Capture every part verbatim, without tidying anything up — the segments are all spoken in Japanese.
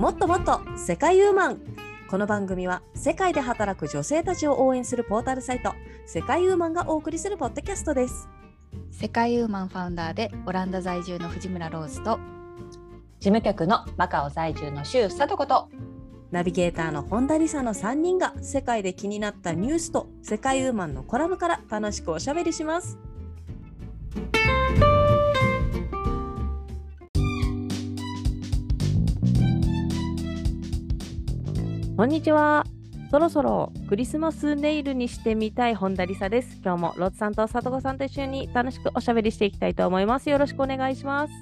もっともっと世界ウーマン。この番組は世界で働く女性たちを応援するポータルサイト世界ウーマンがお送りするポッドキャストです。 世界ウーマンファウンダーでオランダ在住の藤村ローズと事務局のマカオ在住の周佐とことナビゲーターの本田理沙のさんにんが世界で気になったニュースと世界ウーマンのコラムから楽しくおしゃべりします。こんにちは。そろそろクリスマスネイルにしてみたい本田理沙です。今日もロッツさんと里子さんと一緒に楽しくおしゃべりしていきたいと思います。よろしくお願いします。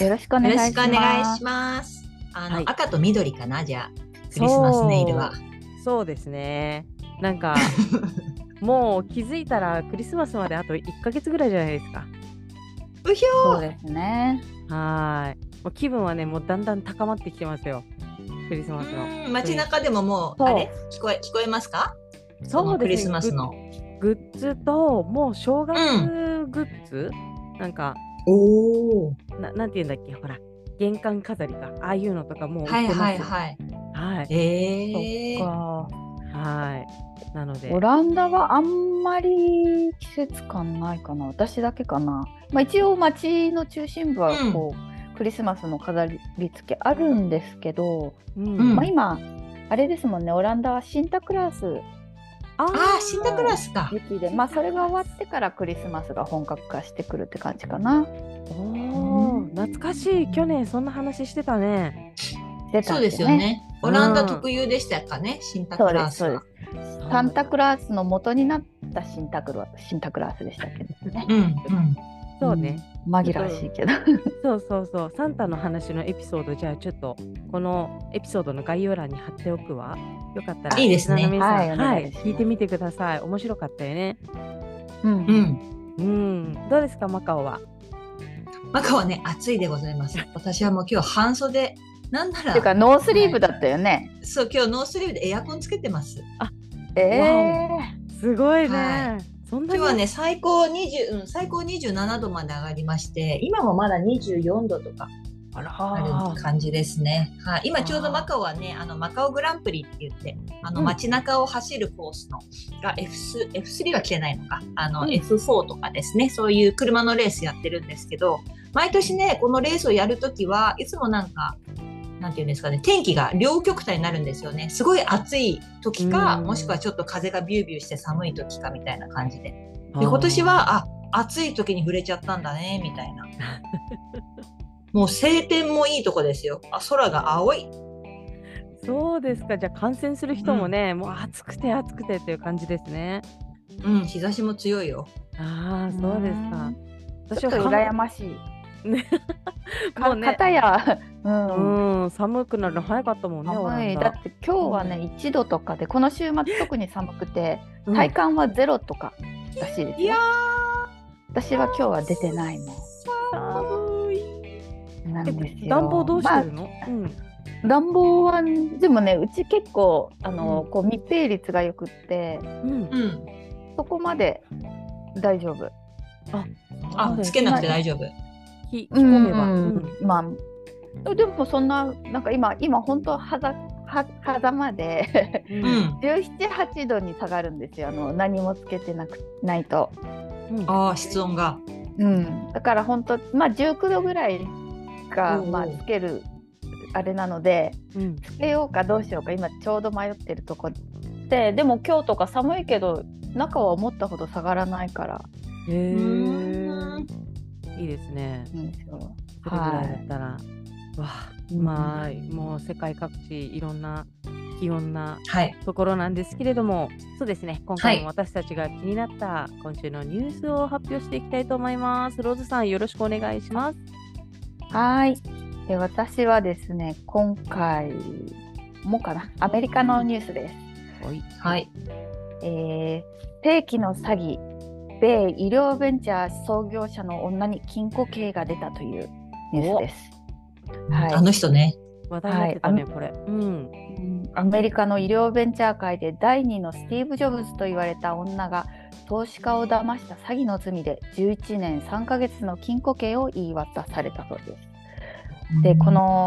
よろしくお願いします。 よろしくお願いします。あの、 はい、 赤と緑かな、じゃあクリスマスネイルは。 そう、そうですね。なんかもう気づいたらクリスマスまであといっかげつぐらいじゃないですか。 うひょー。 そうですね。 はい。もう気分はね、もうだんだん高まってきてますよ。クリスマスの。 街中でももう、あれ聞こえ、聞こえますか？ そうですね。 クリスマスのグッズと、もう正月グッズ、うん、なんか、 おー。 な、なんて言うんだっけ、ほら、玄関飾りか、ああいうのとかもう売ってます。 はいはいはい。 はい。 えー。 そっか。 はい。なので。 オランダはあんまり季節感ないかな。私だけかな。まあ、一応街の中心部はこう、うん、クリスマスの飾り付けあるんですけど、うんまあ、今あれですもんね、オランダはシンタクラース。 ああ、シンタクラースか。 雪で、まあ、それが終わってからクリスマスが本格化してくるって感じかな。 おー、懐かしい。去年そんな話してたね。 してたんですね。 そうですよね。オランダ特有でしたかね、うん、シンタクラースは。 そうです、そうです。サンタクラースの元になったシンタクラシンタクラースでしたけどね。 うんうん、そうね、 うん、紛らわしいけどそうそうそう、サンタの話のエピソード、じゃあちょっとこのエピソードの概要欄に貼っておくわ。よかったらいいですね、 皆さん、 はい、 はい、聞いてみてください。面白かったよね。 うんうん、うん、どうですかマカオは？ マカオはね、暑いでございます。私はもう今日半袖、なんならっていうかノースリーブだったよね。 はい、そう、今日ノースリーブでエアコンつけてます。 あ、 えー、すごいね、 はい、そんなに今日はね、最高にじゅう、うん、最高にじゅうななどまで上がりまして、今もまだにじゅうよんどとかある感じですね。はい、今ちょうどマカオはね、あのマカオグランプリって言ってあの街中を走るコースの、うん、が エフスリー、エフスリー は来てないのか、あの、うん、エフフォー とかですね、そういう車のレースやってるんですけど、毎年ねこのレースをやるときはいつもなんかなんていうんですかね、天気が両極端になるんですよね。すごい暑い時か、もしくはちょっと風がビュービューして寒い時かみたいな感じで。で、今年はあ暑い時に触れちゃったんだねみたいな。もう晴天もいいとこですよ。あ、空が青い。 そうですか。じゃあ観戦する人もね、うん、もう暑くて暑くてっていう感じですね。 うん、日差しも強いよ。 ああ、そうですか。 私は羨ましい。 ね、 もうね、かたや、 うんうん、寒くなるの早かったもんね。 寒い。だって今日はね、うん、いちどとかで、この週末特に寒くて、体感はゼロとからしいですよ。いや私は今日は出てないもん。 寒い。 なんですよ。 暖房どうしてるの？まあ、 うん、暖房はでもね、うち結構あの、うん、こう密閉率がよくって、うん、そこまで大丈夫。 あ、あ、つけなくて大丈夫。 着込めば、 うんうん、まあでもそんななんか今今本当はざは狭間で、うん、じゅうなな、はちどに下がるんですよ。あの何もつけてなくないと。 うん、ああ、室温が。 うん。だから本当まあじゅうきゅうどぐらいがまあつけるあれなので、うん、つけようかどうしようか今ちょうど迷ってるとこで、でも今日とか寒いけど中は思ったほど下がらないから。 へー、いいですね。 いいですよ。 それぐらいだったら、はい、わあ、まあもう世界各地いろんな気温なところなんですけれども、はい、そうですね、今回も私たちが気になった今週のニュースを発表していきたいと思います。ローズさん、よろしくお願いします。 はい。で、私はですね、今回もかな、アメリカのニュースです。 はい。 えー、世紀の詐欺。米医療ベンチャー創業者の女に禁錮刑が出たというニュースです。 はい、あの人ね。 話題になってたね、はい、これ、うん。 アメリカの医療ベンチャー界で第二のスティーブ・ジョブズと言われた女が投資家を騙した詐欺の罪でじゅういちねんさんかげつの禁錮刑を言い渡されたそうです。で、この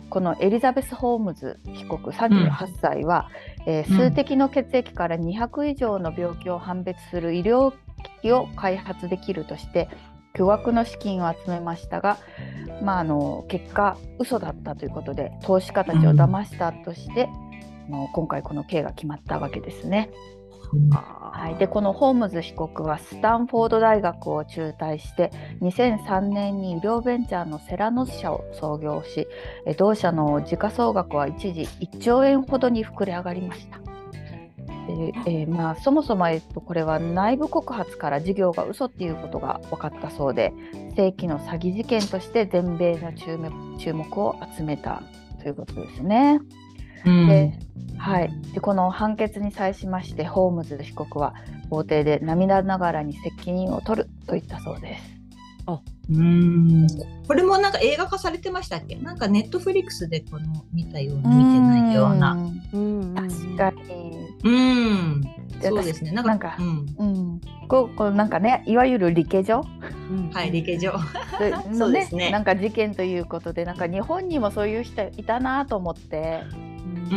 このエリザベス・ホームズ被告さんじゅうはっさいは、うんえー、数滴の血液からにひゃく以上の病気を判別する医療機器を開発できるとして巨額の資金を集めましたが、まあ、あの結果嘘だったということで投資家たちを騙したとして、うん、あの今回この刑が決まったわけですね。はい、でこのホームズ被告はスタンフォード大学を中退してにせんさんねんに医療ベンチャーのセラノス社を創業し、同社の時価総額は一時いっちょうえんほどに膨れ上がりました。でえーまあ、そもそも、えっと、これは内部告発から事業が嘘っていうことが分かったそうで、世紀の詐欺事件として全米の注目、注目を集めたということですね。うんではい、でこの判決に際しましてホームズ被告は法廷で涙ながらに責任を取ると言ったそうです。 あうーんこれもなんか映画化されてましたっけ？なんかネットフリックスでこの見たような見てないような。 うん確かに。 うんそうですね。なんかなんか、うんうん、こうこうなんかねいわゆるリケジョ、 うん、はいリケジョのそうですね。なんか事件ということでなんか日本にもそういう人いたなと思って。 うん、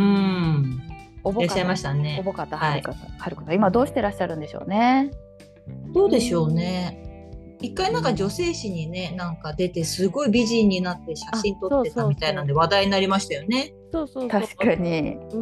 おぼかたいらっしゃいましたね。おぼかたはるかさん、今どうしてらっしゃるんでしょうね。 どうでしょうね。一回なんか女性誌にねなんか出てすごい美人になって写真撮ってたみたいなんで話題になりましたよね。 そうそうそう確かに、 うん、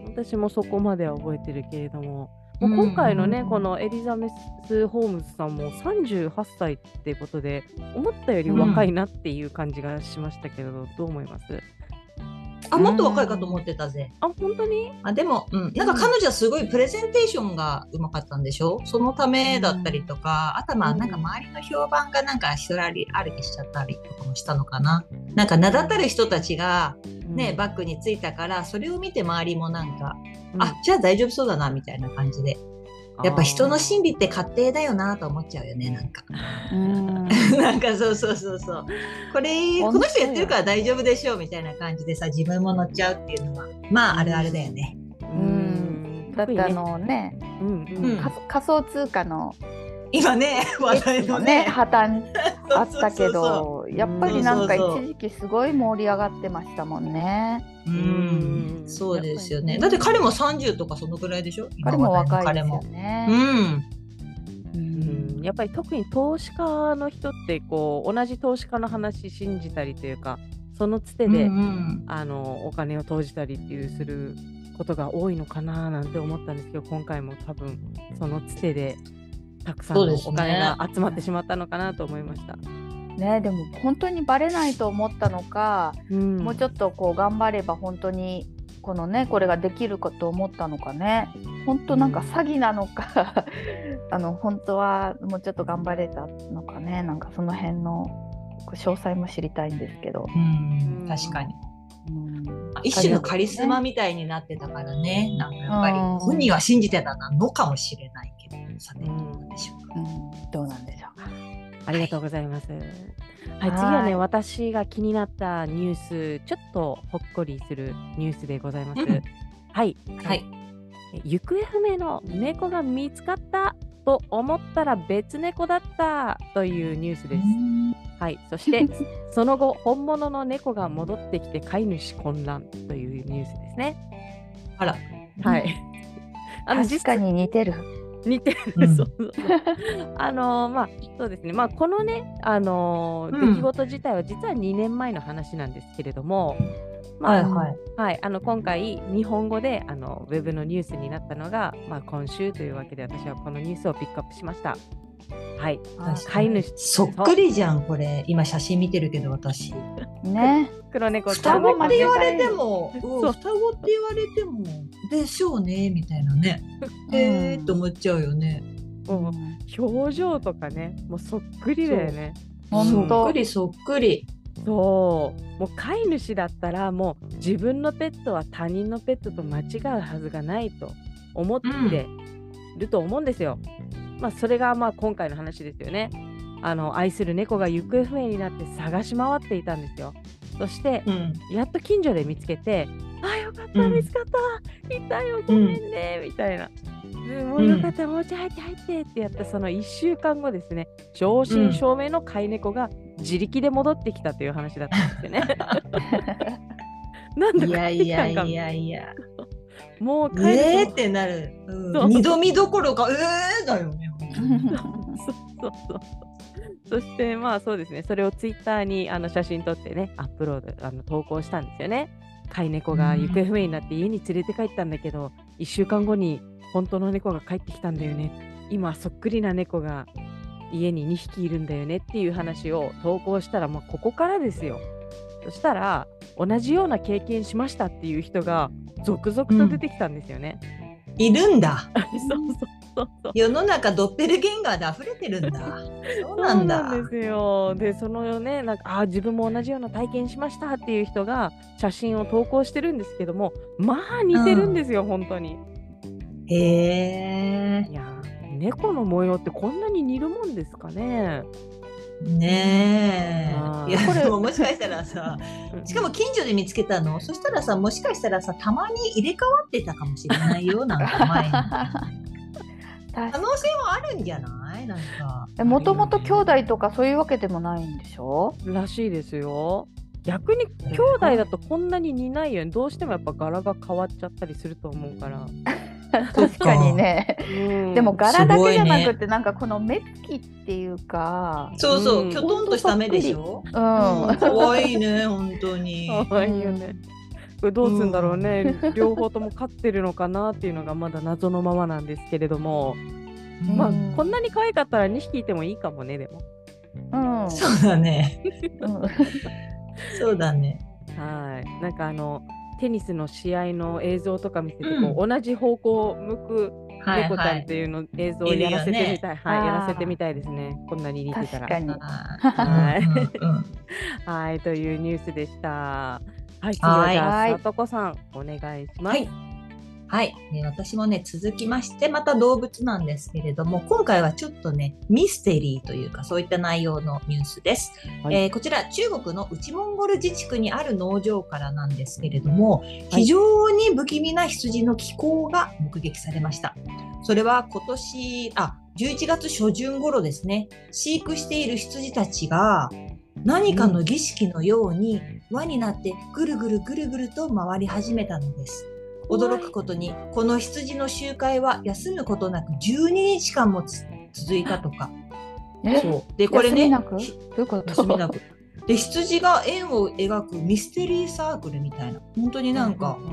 私もそこまでは覚えてるけれども、もう今回のね、うん、このエリザベス・ホームズさんもさんじゅうはっさいっていうことで思ったより若いなっていう感じがしましたけど、うん、どう思います？ あもっと若いかと思ってたぜ。 あ本当に？ あでも、うん、なんか彼女はすごいプレゼンテーションがうまかったんでしょ？そのためだったりとか、うん、あとはまあなんか周りの評判がなんか一人歩きしちゃったりとかもしたのかな。なんか名だたる人たちがね、うん、バックについたからそれを見て周りもなんか、うん、あじゃあ大丈夫そうだなみたいな感じで。やっぱ人の心理って勝手だよなと思っちゃうよねなんか。うんなんかそうそうそうそうこれこの人やってるから大丈夫でしょうみたいな感じでさ自分も乗っちゃうっていうのはまああるあるだよね。 うんだってあのね、うんうん、仮想通貨の今ね話題のね破綻あったけどやっぱりなんか一時期すごい盛り上がってましたもんね。 うんそうですよね。だって彼もさんじゅうとかそのぐらいでしょ。 彼も若いですよね。 うんうん、やっぱり特に投資家の人ってこう同じ投資家の話信じたりというかそのつてで、うんうん、あのお金を投じたりっていうすることが多いのかななんて思ったんですけど今回も多分そのつてでたくさんのお金が集まってしまったのかなと思いました。 ね、でも本当にバレないと思ったのか、うん、もうちょっとこう頑張れば本当にこのねこれができるかと思ったのかね本当なんか詐欺なのか、うん、あの本当はもうちょっと頑張れたのかねなんかその辺の詳細も知りたいんですけど、 うん、確かに、うん、一種のカリスマみたいになってたからねなんかやっぱり本人は信じてたのかもしれないけどさてどうなんでしょうか、 うん、どうなんでしょうか。 ありがとうございます。はい、はい、次はね、私が気になったニュース、ちょっとほっこりするニュースでございます。うん、はい、はい。行方不明の猫が見つかったと思ったら別猫だったというニュースです。はい、そしてその後本物の猫が戻ってきて飼い主混乱というニュースですね。 あら、 はい。 あの確かに似てる。 似てる、うん、そうそうあのまあそうですねまあこのねあの、うん、出来事自体は実はにねんまえの話なんですけれども、まあはいはいはい、あの今回日本語であのウェブのニュースになったのが、まあ、今週というわけで私はこのニュースをピックアップしました。はい、飼い主そっくりじゃんこれ今写真見てるけど私ね黒猫双子って言われても、うん、双子って言われてもでしょうねみたいなねえーって思っちゃうよね、 うん、表情とかねもうそっくりだよね。 そっくりそっくりそうもう飼い主だったらもう自分のペットは他人のペットと間違うはずがないと思ってると思うんですよ、うんまあ、それがまあ今回の話ですよね。あの愛する猫が行方不明になって探し回っていたんですよ。そして、うん、やっと近所で見つけてあよかった、うん、見つかったいたよごめんね、うん、みたいなもうよかった、もうちょい入って入ってってやったそのいっしゅうかんごですね正真正銘の飼い猫が自力で戻ってきたという話だったんですよねなんだいやいやいやいやもう帰るえーってなる、うん、二度見どころかえーだよねそうそうそうそしてまあそうですね、それをツイッターにあの写真撮ってねアップロードあの投稿したんですよね。飼い猫が行方不明になって家に連れて帰ったんだけど、いっしゅうかんごに本当の猫が帰ってきたんだよね、今そっくりな猫が家ににひきいるんだよねっていう話を投稿したら、まあ、ここからですよ。そしたら同じような経験しましたっていう人が続々と出てきたんですよね、 うん、いるんだそうそうそうそう、 世の中ドッペルゲンガーで溢れてるんだそうなんだ。 そうなんですよ。でそのねなんかあ自分も同じような体験しましたっていう人が写真を投稿してるんですけども、まあ似てるんですよ、うん、本当に。 へえ。 いや猫の模様ってこんなに似るもんですかね。 ねえ、いやこれももしかしたらさしかも近所で見つけたのそしたらさもしかしたらさたまに入れ替わってたかもしれないよなんか前に可能性はあるんじゃないなんかもともと兄弟とかそういうわけでもないんでしょらしいですよ。逆に兄弟だとこんなに似ないよね。どうしてもやっぱ柄が変わっちゃったりすると思うから確かにね、うん、でも柄だけじゃなくて、ね、なんかこの目つきっていうかそうそう、うん、きょとんとした目でしょ、うん、可愛いね本当に可愛いよね。これどうするんだろうね、うん、両方とも飼ってるのかなっていうのがまだ謎のままなんですけれども、うん、まあこんなに可愛かったらにひきいてもいいかもね。でも、 うん、そうだね、うん、そうだね。 はい、なんかあのテニスの試合の映像とか見せてこう、うん、同じ方向を向く猫ちゃんっていうの、はいはい、映像をやらせてみたい、ね、はい、やらせてみたいですね。こんなに似てたら。 確かに。 はい、はい、というニュースでした。はい、次はじゃあさとこさんお願いします。 はいはい、えー、私もね続きましてまた動物なんですけれども今回はちょっとねミステリーというかそういった内容のニュースです、はい、えー、こちら中国の内モンゴル自治区にある農場からなんですけれども、はい、非常に不気味な羊の気候が目撃されました。それは今年あじゅういちがつ初旬頃ですね。飼育している羊たちが何かの儀式のように輪になってぐるぐるぐるぐると回り始めたのです。驚くことにこの羊の集会は休むことなくじゅうににちかんも続いたとか。そうでこれね休みなくどういうこと休みなくで羊が円を描くミステリーサークルみたいな本当になんか、うん、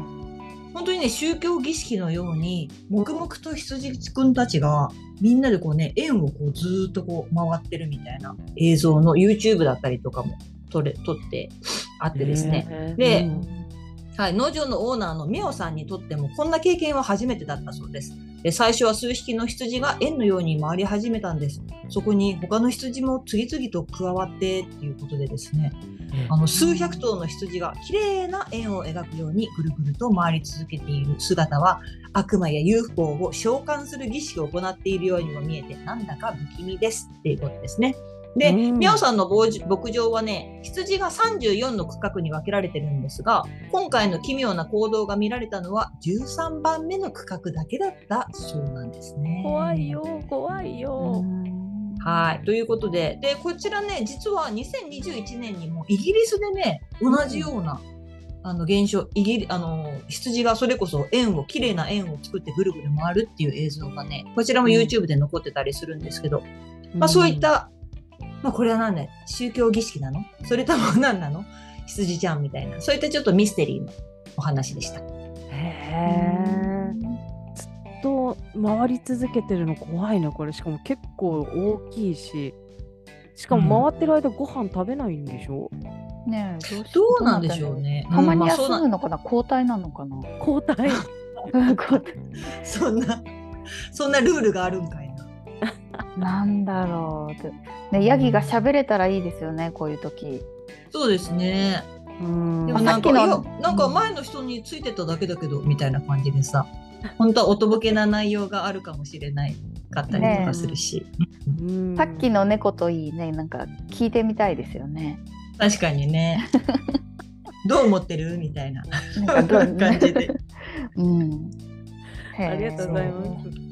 本当にね宗教儀式のように黙々と羊くんたちがみんなでこうね円をこうずっとこう回ってるみたいな映像の YouTube だったりとかも撮れ撮ってあってですね。で、うんはい、農場のオーナーのミオさんにとってもこんな経験は初めてだったそうです。で最初は数匹の羊が円のように回り始めたんです。そこに他の羊も次々と加わってっていうことでですね、あの数百頭の羊が綺麗な円を描くようにぐるぐると回り続けている姿は悪魔や ユーフォー を召喚する儀式を行っているようにも見えてなんだか不気味ですっていうことですね。で、ミオさんの牧場はね、羊がさんじゅうよんの区画に分けられてるんですが、今回の奇妙な行動が見られたのはじゅうさんばんめの区画だけだったそうなんですね。 怖いよ、怖いよ。 はい、ということで、で、こちらね、実はにせんにじゅういちねんにもイギリスでね、同じような、うん、あの現象、イギリあの羊がそれこそ円を、綺麗な円を作ってぐるぐる回るっていう映像がね、こちらも YouTube で残ってたりするんですけど、うん、まあそういったまあこれは何だよ宗教儀式なのそれとも何なの羊ちゃんみたいなそういったちょっとミステリーのお話でした。 へーずっと回り続けてるの怖いなこれ。しかも結構大きいししかも回ってる間ご飯食べないんでしょ、 うん、ねえ ど, どうなんでしょうね。 たまに休むのかな、うんまあ、交代なのかな交代そんなそんなルールがあるんかいななんだろうって、ね、ヤギが喋れたらいいですよねこういう時。 そうですね。うんでもなんかいやなんか前の人についてただけだけどみたいな感じでさ本当はおとぼけな内容があるかもしれないかったりとかするし、 ね、さっきの猫といいねなんか聞いてみたいですよね。 確かにねどう思ってるみたいななんか感じで、 うん、ありがとうございます。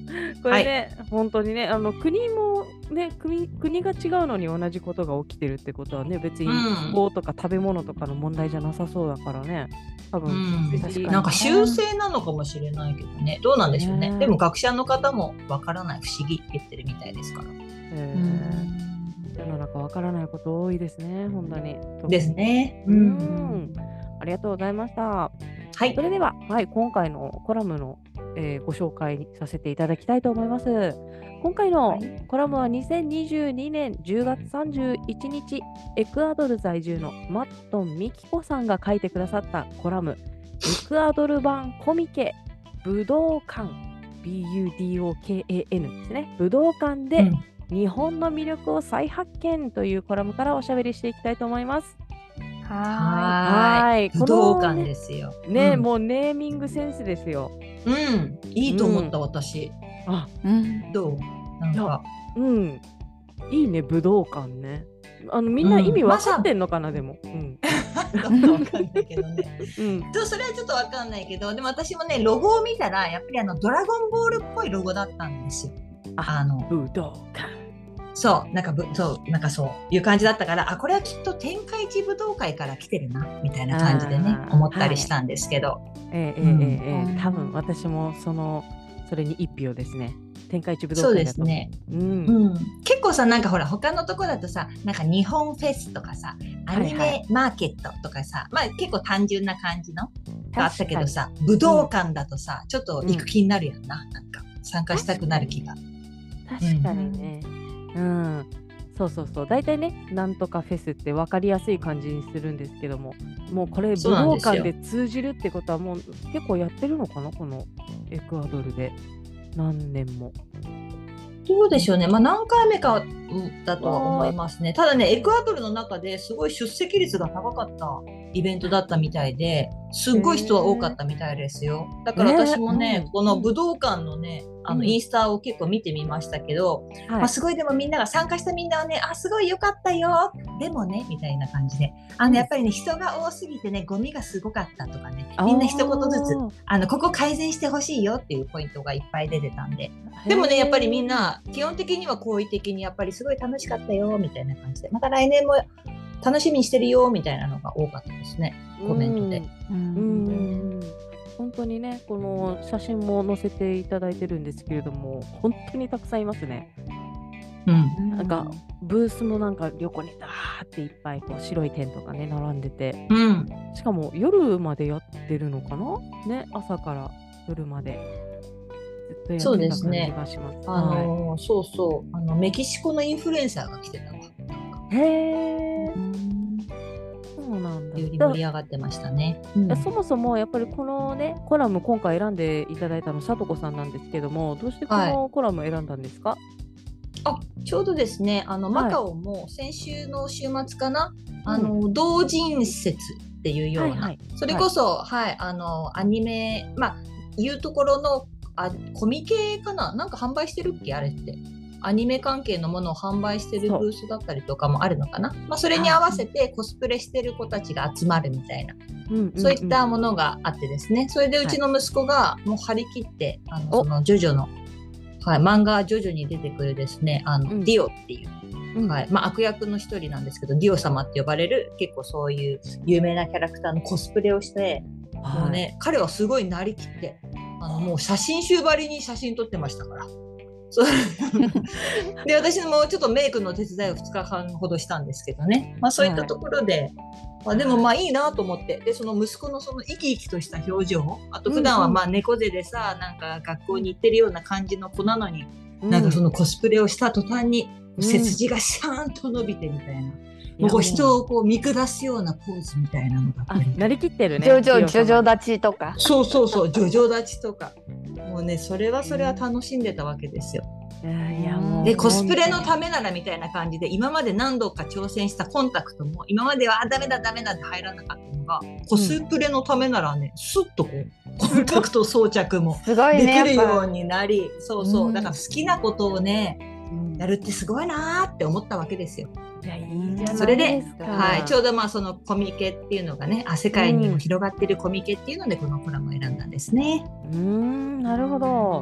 これね、はい、本当にね、あの国もね、国、国が違うのに同じことが起きてるってことはね、別に気候とか食べ物とかの問題じゃなさそうだからね。多分、うん、 なんか習性なのかもしれないけどね、どうなんでしょうね。ね、でも学者の方もわからない、不思議って言ってるみたいですから。へー、世の中わからないこと多いですね、本当に。 ですね。 うん、うん、ありがとうございました。 はい、 それでは、はい、今回のコラムの、えー、ご紹介させていただきたいと思います。今回のコラムはにせんにじゅうにねんじゅうがつさんじゅういちにち、エクアドル在住のマットンミキコさんが書いてくださったコラム、エクアドル版コミケ武道館 ビーユーディーオーケーエーエヌ ですね。武道館で日本の魅力を再発見というコラムからおしゃべりしていきたいと思います。 はい。武道館ですよ。 ね、うん、もうネーミングセンスですよ。 うん、いいと思った、うん、私。あ、うん、どう？なんか、 うん、いいね、武道館ね。あのみんな意味分かってんのかな、うん、でも。うん。 分かんないけどね。うん。とそれはちょっと分かんないけど、でも私もね、ロゴを見たらやっぱりあのドラゴンボールっぽいロゴだったんですよ。 あの武道館。 そうなんかぶそうなんかそういう感じだったから、あこれはきっと天下一武道会から来てるなみたいな感じでね思ったりしたんですけど、はい、 えー、えー、えー、多分私もそのそれに一票ですね。天下一武道会だと。そうですね、 うんうん、結構さなんかほら他のとこだとさなんか日本フェスとかさアニメマーケットとかさ、はいはい、まあ結構単純な感じのがあったけどさ、武道館だとさ、うん、ちょっと行く気になるやんな、うん、なんか参加したくなる気が。 確かにね、うん、そうそうそう、大体ねなんとかフェスって分かりやすい感じにするんですけども、もうこれ武道館で通じるってことはもう結構やってるのかな、このエクアドルで何年も。 どうでしょうね、まあ、何回目かだとは思いますね。ただねエクアドルの中ですごい出席率が高かったイベントだったみたいですっごい人は多かったみたいですよ。だから私もね、この武道館のねあのインスタを結構見てみましたけど、うんまあ、すごいでもみんなが参加したみんなはねあすごい良かったよでもねみたいな感じであのやっぱりね人が多すぎてねゴミがすごかったとかねみんな一言ずつあのここ改善してほしいよっていうポイントがいっぱい出てたんで、でもねやっぱりみんな基本的には好意的にやっぱりすごい楽しかったよみたいな感じでまた来年も楽しみにしてるよみたいなのが多かったですね、コメントで。うんうん本当にねこの写真も載せていただいてるんですけれども本当にたくさんいますね。うん、なんかブースもなんか横にダーっていっぱいこう白いテントがね並んでて、うん、しかも夜までやってるのかなね、朝から夜までずっとやってた感じがします。そうですね、 あのーはい、そうそうあのメキシコのインフルエンサーが来てたわ。 へー、そうなんだ。 より盛り上がってましたね。 うん、そもそもやっぱりこのねコラム今回選んでいただいたのさとこさんなんですけども、どうしてこのコラム選んだんですか？はい、 あちょうどですねあの、はい、マカオも先週の週末かな、あの、うん、同人説っていうような、はいはい、それこそ、はいはい、あのアニメまあいうところのあコミケかななんか販売してるっけあれってアニメ関係のものを販売してるブースだったりとかもあるのかな、まあ、それに合わせてコスプレしてる子たちが集まるみたいな、うんうんうん、そういったものがあってですね、それでうちの息子がもう張り切って、はい、あのそのジョジョの、はい、漫画ジョジョに出てくるですねあの、うん、ディオっていう、はいまあ、悪役の一人なんですけどディオ様って呼ばれる結構そういう有名なキャラクターのコスプレをして、はい、もうね彼はすごいなりきってあのもう写真集ばりに写真撮ってましたから。そうで私もちょっとメイクの手伝いをふつかかんほどしたんですけどね、まあ、そういったところで、はいまあ、でもまあいいなと思ってでその息子のその生き生きとした表情あと普段はまあ猫背でさなんか学校に行ってるような感じの子なのに、うん、なんかそのコスプレをした途端に背筋がシャーンと伸びてみたいな、うん、もう人をこう見下すようなポーズみたいなのがなりきってるね。 ジョジョジョジョ立ちとかそうそうそうジョジョ立ちとかもうねそれはそれは楽しんでたわけですよ。いやもうでコスプレのためならみたいな感じで今まで何度か挑戦したコンタクトも今まではあダメだダメだって入らなかったのがコスプレのためならね、うん、スッとこうコンタクト装着もできるようになり、ね、そうそう、うん、だから好きなことをね、うん、やるってすごいなって思ったわけですよ。 いやいいじゃないですか。 それで、はい、ちょうどまあそのコミケっていうのがねあ世界にも広がってるコミケっていうのでこのコラムを選んだんですね。 うーんなるほど。い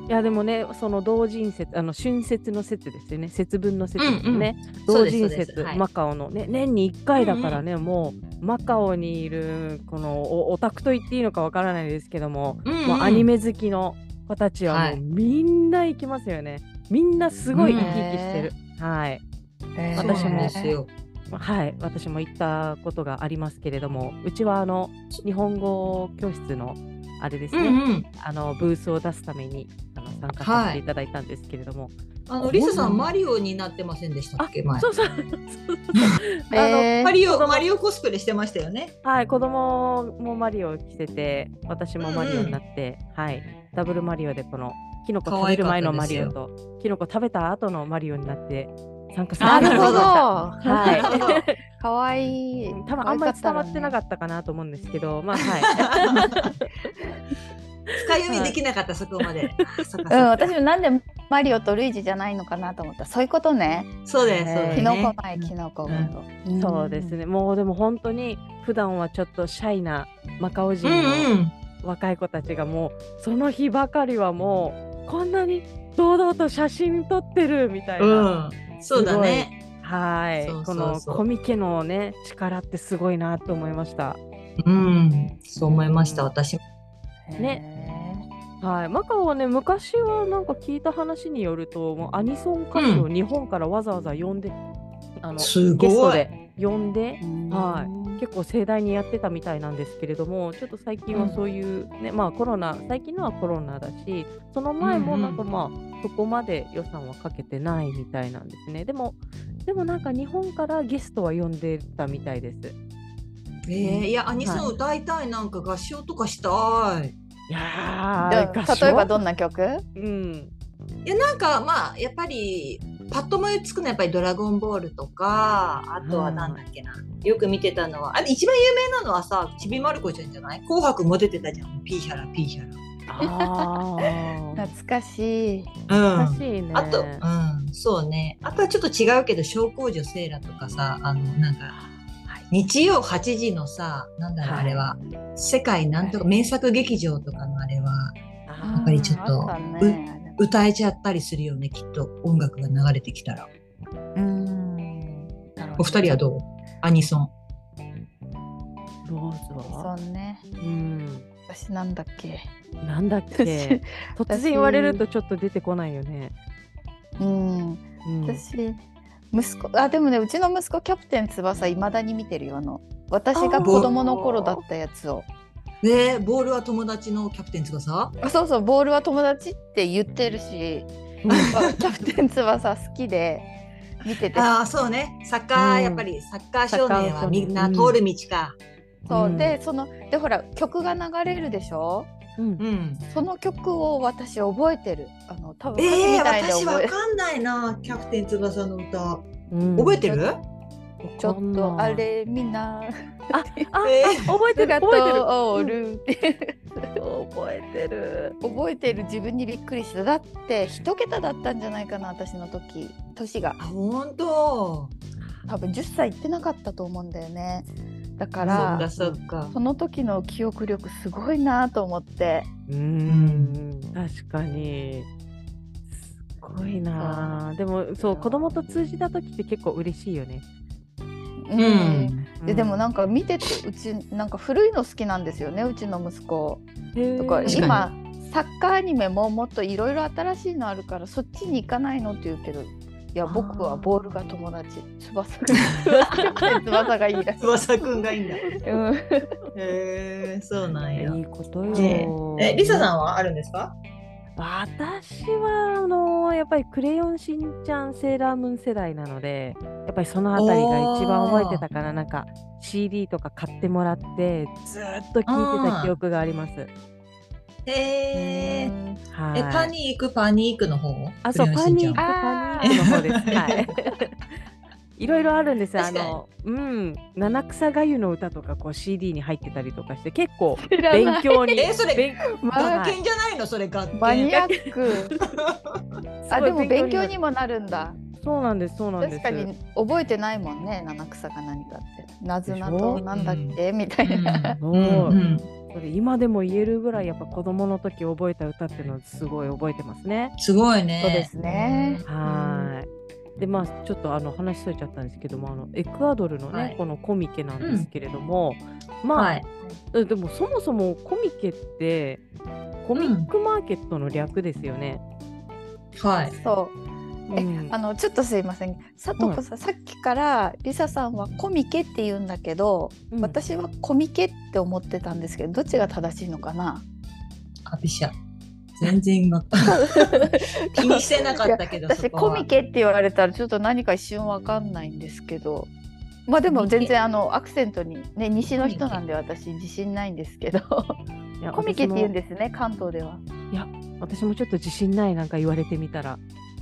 いやでもね、その同人節、あの春節の節ですよね、節分の節ですね、うんうん、同人節、はい、マカオのね、年にいっかいだからね、うんうん、もうマカオにいるこの お, オタクと言っていいのかわからないですけども、うんうん、もうアニメ好きの子たちはもうみんな行きますよね、はい、みんなすごい生き生きしてる、はい、私もですよ。はい、私も行ったことがありますけれども、うちはあの日本語教室のあれですね、うんうん、あのブースを出すためにあの参加させていただいたんですけれども、はい、 あのリサさんマリオになってませんでしたっけ？前。 そうそうあの、 えー、マリオマリオコスプレしてましたよね。 はい、子供もマリオ着てて、私もマリオになって、うんうん、はい、ダブルマリオでこのキノコ食べる前のマリオとキノコ食べた後のマリオになって参加させていただきました。はい。 かわいい。 多分あんまり伝わってなかったかなと思うんですけど、まあはい。 深読みできなかった、そこまで。 うん、私もなんでマリオとルイージじゃないのかなと思った。そういうことね。 そうです。そうです。 キノコ前、キノコごと。 そうですね。もうでも本当に普段はちょっとシャイなマカオ人の若い子たちがもうその日ばかりはもうこんなに堂々と写真撮ってるみたいな。うん、 そうだね。 はい、このコミケのね力ってすごいなと思いました。 うん、そう思いました、うん、私も。 ね、はい、マカオはね昔はなんか聞いた話によると、もうアニソン歌手を日本からわざわざ呼んで、うん、あのすごいゲストで呼んで、はい、結構盛大にやってたみたいなんですけれども、ちょっと最近はそういうね、うん、まあコロナ、最近のはコロナだし、その前もなんかまあ、うんうん、そこまで予算はかけてないみたいなんですね。でもでもなんか日本からゲストは呼んでたみたいです。 えー、いやアニソン歌いたい、はい、なんか合唱とかしたい。 いや例えばどんな曲？ うん、 いやなんかまあやっぱりパッと思いつくのはやっぱりドラゴンボールとか、あとはなんだっけな、うん、よく見てたのはあれ一番有名なのはさ、ちびまる子ちゃんじゃない？紅白も出てたじゃん、ピーヒャラピーヒャラ。 あ懐かしい、 懐かしいね。 あと、うん、そうね。あとはちょっと違うけど、小公女セーラとかさ、あのなんか日曜はちじのさ、なんだろう、はい、あれは世界なんとか名作劇場とかのあれはやっぱりちょっと、ね、歌えちゃったりするよね、きっと音楽が流れてきたら。 うん。 お二人はどう？アニソン。 ローズは？ アニソンね。 うん。 私なんだっけ。 なんだっけ。突然言われるとちょっと出てこないよね。 うん。うん、私息子あでもね、うちの息子キャプテン翼いまだに見てるよ。あの私が子供の頃だったやつを。 ね、ボールは友達のキャプテン翼？ あ、そうそう、ボールは友達って言ってるし、キャプテン翼好きで見てて。 ああそうね、サッカー、うん、やっぱりサッカー少年はみんな通る道か。 うん、そうで、そのでほら曲が流れるでしょ。うん、その曲を私覚えてる。あの多分えー、私わかんないな、キャプテン翼の歌、うん、覚えてる？ ちょっとあれみんなああ、えー、覚えてる覚えてる、 おるって覚えてる覚えてる。自分にびっくりした。だって一桁だったんじゃないかな、私の時年が。 あ、本当？ 多分じゅっさいいってなかったと思うんだよね。だからそっかそっか、 その時の記憶力すごいなと思って。 うーん、確かにすごいな。でもそう、子供と通じた時って結構嬉しいよね。 うん、で, でもなんか見てて、うちなんか古いの好きなんですよね、うちの息子。だから今サッカーアニメももっといろいろ新しいのあるからそっちに行かないのって言うけど、いや僕はボールが友達、翼くん翼がいいらしい。 翼くんがいいんだ。 うん、 へえ、そうなんや。 いいことよ。 え、リサさんはあるんですか？ 私はあのやっぱりクレヨンしんちゃんセーラームーン世代なので、やっぱりそのあたりが一番覚えてたから、なんか シーディー とか買ってもらってずっと聴いてた記憶があります。 へえ、はい、え、パニックパニックの方？ あ、そう、パニックパニックの方です。はい。いろいろあるんですよ。あの、うん、七草がゆの歌とかこう シーディー に入ってたりとかして、結構勉強に。 え、それ学研じゃないの？それ学研。 マニアック。あ、でも勉強にもなるんだ。 そうなんです、そうなんです。 確かに覚えてないもんね、七草が何かって。なずなとなんだっけ、うん、みたいな。 うんうん、 それ今でも言えるぐらいやっぱ子供の時覚えた歌っていうのをすごい覚えてますね。 すごいね。 そうですね。 はい。でまあちょっとあの話しとれちゃったんですけども、あのエクアドルのね、はい、このコミケなんですけれども、うん、まあ、はい、でもそもそもコミケってコミックマーケットの略ですよね。 うん、はい。 そう。え、うん、あのちょっとすいません、さとこさん、はい、さっきからリサさんはコミケって言うんだけど、うん、私はコミケって思ってたんですけど、どっちが正しいのかな。 あ、びしゃ全然今気にしてなかったけど、 私コミケって言われたらちょっと何か一瞬わかんないんですけど、まあでも全然あのアクセントにね、西の人なんで私自信ないんですけどいやコミケって言うんですね、関東では。 いや私もちょっと自信ない、なんか言われてみたら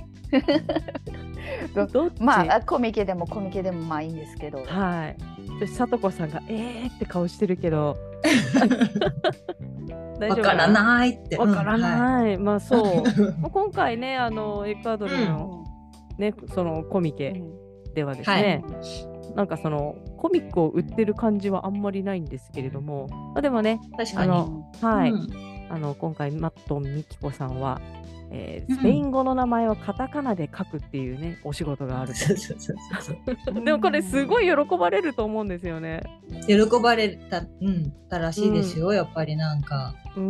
まあコミケでもコミケでもまあいいんですけど、 はい。さとこさんがえーって顔してるけどわからないってわからない、はい、まあそう今回ねあのエクアドルの、うん、ねそのコミケではですね、はい、なんかそのコミックを売ってる感じはあんまりないんですけれども、まあ、でもね確かにあの、はい、うん、あの今回マットンミキコさんはえー、スペイン語の名前をカタカナで書くっていうね、うん、お仕事があると。でもこれすごい喜ばれると思うんですよね。 喜ばれた、うん、たらしいですよ、うん、やっぱりなんか、 うん、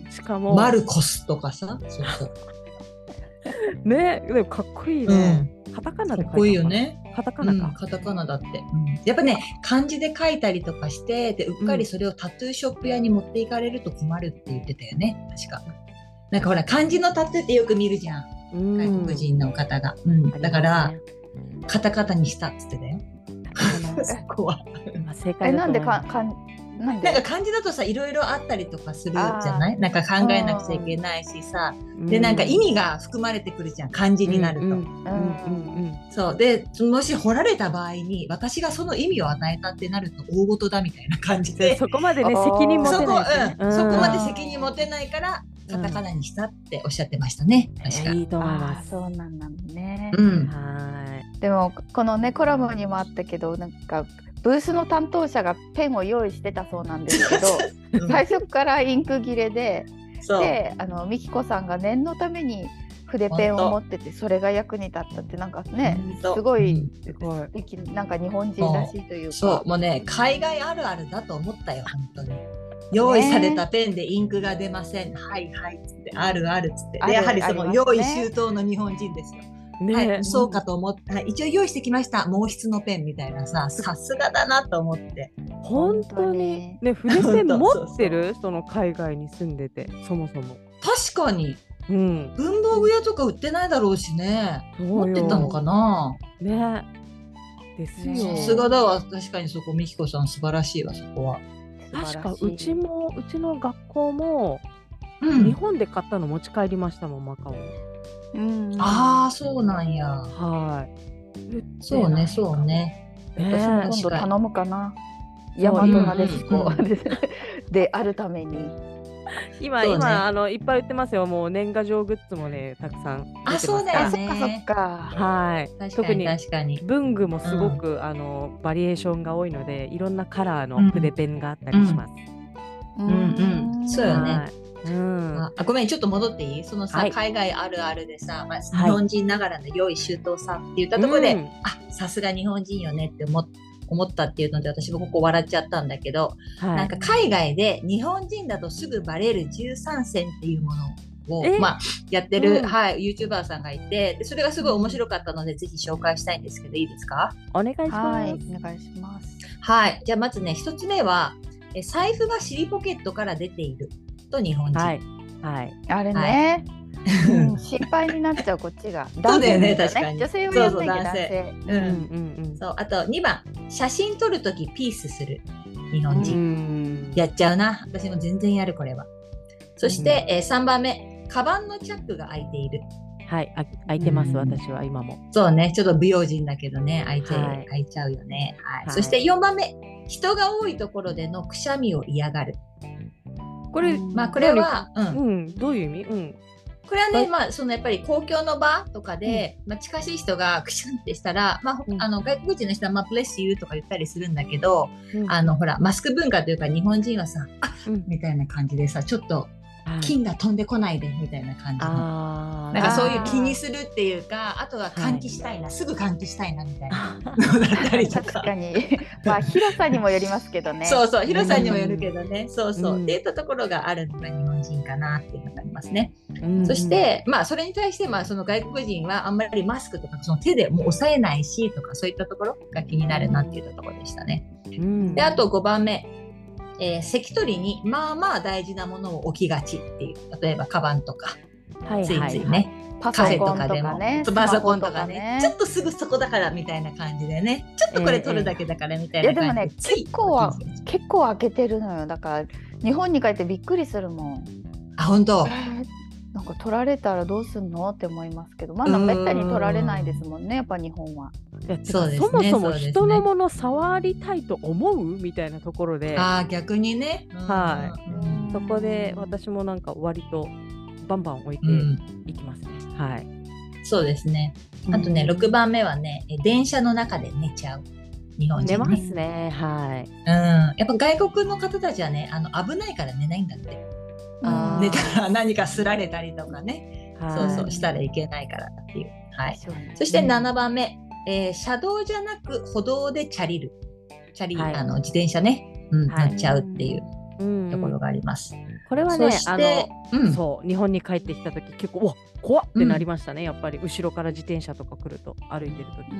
しかもマルコスとかさ、そうそうね、でもかっこいいね、うん、カタカナで書いてある。かっこいいよね。カタカナか、 うん、カタカナだって、うん、やっぱね漢字で書いたりとかしてでうっかりそれをタトゥーショップ屋に持っていかれると困るって言ってたよね、確か。なんかほら漢字のタトゥーってよく見るじゃん、うん、外国人の方が、うん、だから、ね、カタカナにしたっつってたよそこは正解だと思います。え、なんでかかなんでなんか漢字だとさいろいろあったりとかするじゃない、なんか考えなくちゃいけないしさ、でなんか意味が含まれてくるじゃん漢字になると、そうでもし掘られた場合に私がその意味を与えたってなると大事だみたいな感じでそこまでね責任持てない、 ね、そこ、うん、そこまで責任持てないからカタカナにしたっておっしゃってましたね、うん、確かいいと思います。 そうなんだね、 うん、 はいでもこのねコラムにもあったけどなんかブースの担当者がペンを用意してたそうなんですけど最初からインク切れでであのミキコさんが念のために筆ペンを持っててそれが役に立ったってなんかねすごい素敵なんか日本人らしいというかそうもうね海外あるあるだと思ったよ本当に。用意されたペンでインクが出ません、ね、はいはいっつってあるあるっつってでやはりその用意周到の日本人ですよ、ねはい、そうかと思って、はい、一応用意してきました毛筆のペンみたいなささすがだなと思って本当にね筆ペン持ってるその海外に住んでてそもそも確かに、 うん、 文房具屋とか売ってないだろうしね持ってたのかなねですよ。 さすがだわ確かにそこミキコさん素晴らしいわそこは。 確かうちもうちの学校も、うん、日本で買ったの持ち帰りましたもんマカオ。 うんああそうなんや。 はいそうねそうね。 私も今度頼むかな。大和なでしこであるために。 今、ね、今あのいっぱい売ってますよ。もう年賀状グッズもねたくさん出てます。 あそうだよね。 そっかそっか。 はい。 確かに確かに。 文具もすごく、うん、あのバリエーションが多いのでいろんなカラーの筆ペンがあったりします。 うんうん、うんうん、そうよね。うん、あごめんちょっと戻っていいそのさ、はい、海外あるあるでさ、まあ、日本人ながらの用意周到さって言ったところで、はい、あさすが日本人よねって思って。思ったっていうので私もここ笑っちゃったんだけど、はい、なんか海外で日本人だとすぐバレるじゅうさんせんっていうものを、まあ、やってる、うんはい、YouTuber さんがいてでそれがすごい面白かったのでぜひ紹介したいんですけどいいですか？ お願いします。 はい、お願いします。 はいじゃあまずね一つ目はえ財布が尻ポケットから出ていると日本人、 はいはい、 あれね、はいうん、心配になっちゃうこっちがそうだよね確かに女性はやんないけど男性うんうんうんそうあとにばん写真撮るときピースする日本人うんやっちゃうな私も全然やるこれはそして、うんえー、さんばんめカバンのチャックが開いているはいあ開いてます私は今もそうねちょっと不用心だけどね開いちゃう、はい、開いちゃうよね、はいはい、そしてよんばんめ人が多いところでのくしゃみを嫌がるこれまあこれは、 うんうん、どういう意味うんこれはね、まあ、そのやっぱり公共の場とかで、うん、まあ、近しい人がクシュンってしたら、まあ、うん、あの外国人の人は、まあ、bless you とか言ったりするんだけど、うん、あのほらマスク文化というか日本人はさ、あ、うん、みたいな感じでさ、ちょっと菌が飛んでこないでみたいな感じの、なんかそういう気にするっていうか、あとは換気したいな、はい、すぐ換気したいなみたいなのだったりとか。 確かにまあ広さにもよりますけどね。 そうそう、広さにもよるけどね、うん、そうそう、うん、っていったところがあるのが日本人かなっていうのがありますね、うん、そしてまあそれに対して、まあその外国人はあんまりマスクとかその手でもう押さえないしとか、そういったところが気になるなっていうところでしたね、うん、であとごばんめ、えー、関取にまあまあ大事なものを置きがちっていう、例えばカバンとか、はいはいはい、ついついね、 パソコンとかね、 パソコンとかね、ちょっとすぐそこだからみたいな感じでね、ちょっとこれ取るだけだからみたいな感じで、えーえー、いやでもね、 結構は結構開けてるのよ。だから日本に帰ってびっくりするもん。 あ、本当。 えー、なんか取られたらどうすんのって思いますけど、まだめったに取られないですもんね、やっぱ日本は。 いや、そうですね、そもそも人のもの触りたいと思うみたいなところで、 あ、逆にね、 はい、そこで私もなんか割とバンバン置いていきますね、うん、はい。 そうですね。あとね、うん、ろくばんめはね、電車の中で寝ちゃう日本人、ね、 寝ますね、はい、 うん、やっぱ外国の方たちはね、あの危ないから寝ないんだって。あ、寝たら何かすられたりとかね、そうそうしたらいけないからっていう、はい、そしてななばんめ、えー、車道じゃなく歩道でチャリるチャリ、はい、あの自転車ね、うん、乗っちゃうっていうところがあります、うんうん、 これはね、あの、うん、そう日本に帰ってきた時結構うわ怖ってなりましたね、うん、やっぱり後ろから自転車とか来ると歩いてる時、うん、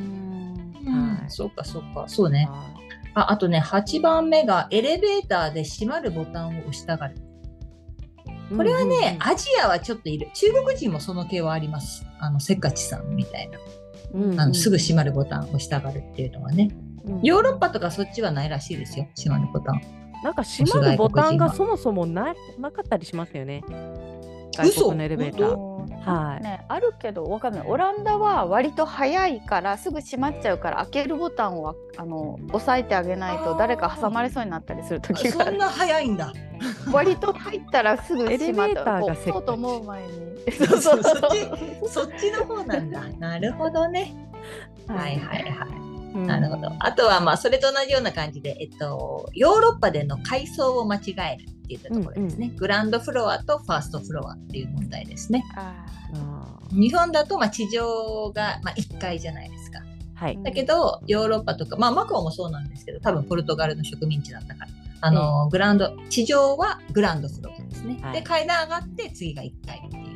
はい、そうかそうか、そうね、あ、あとねはちばんめがエレベーターで閉まるボタンを押したがる。これはね、うんうんうん、アジアはちょっといる。中国人もその系はあります。あのせっかちさんみたいな、うんうんうん、あのすぐ閉まるボタンを押したがるっていうのはね、うん、ヨーロッパとかそっちはないらしいですよ、閉まるボタン。 なんか閉まるボタンがそもそも な, なかったりしますよね、外国のエレベーター。はいね、あるけどわかんない。オランダは割と早いからすぐ閉まっちゃうから、開けるボタンをあの押さえてあげないと誰か挟まれそうになったりする時がある。 そんな早いんだ。 割と入ったらすぐ閉まった。 エレベーターがせっかち。 そうと思う前にそうそうそっちそっちの方なんだ。なるほどね。はいはいはい、うん、なるほど。あとはまあそれと同じような感じで、えっと、ヨーロッパでの階層を間違えるっていったところですね、うんうん、グランドフロアとファーストフロアっていう問題ですね。あ日本だとまあ地上がまあいっかいじゃないですか、はい、だけどヨーロッパとか、まあ、マカオもそうなんですけど、多分ポルトガルの植民地だったからあの、うん、グランド地上はグランドフロアですね、はい、で階段上がって次がいっかいっていう、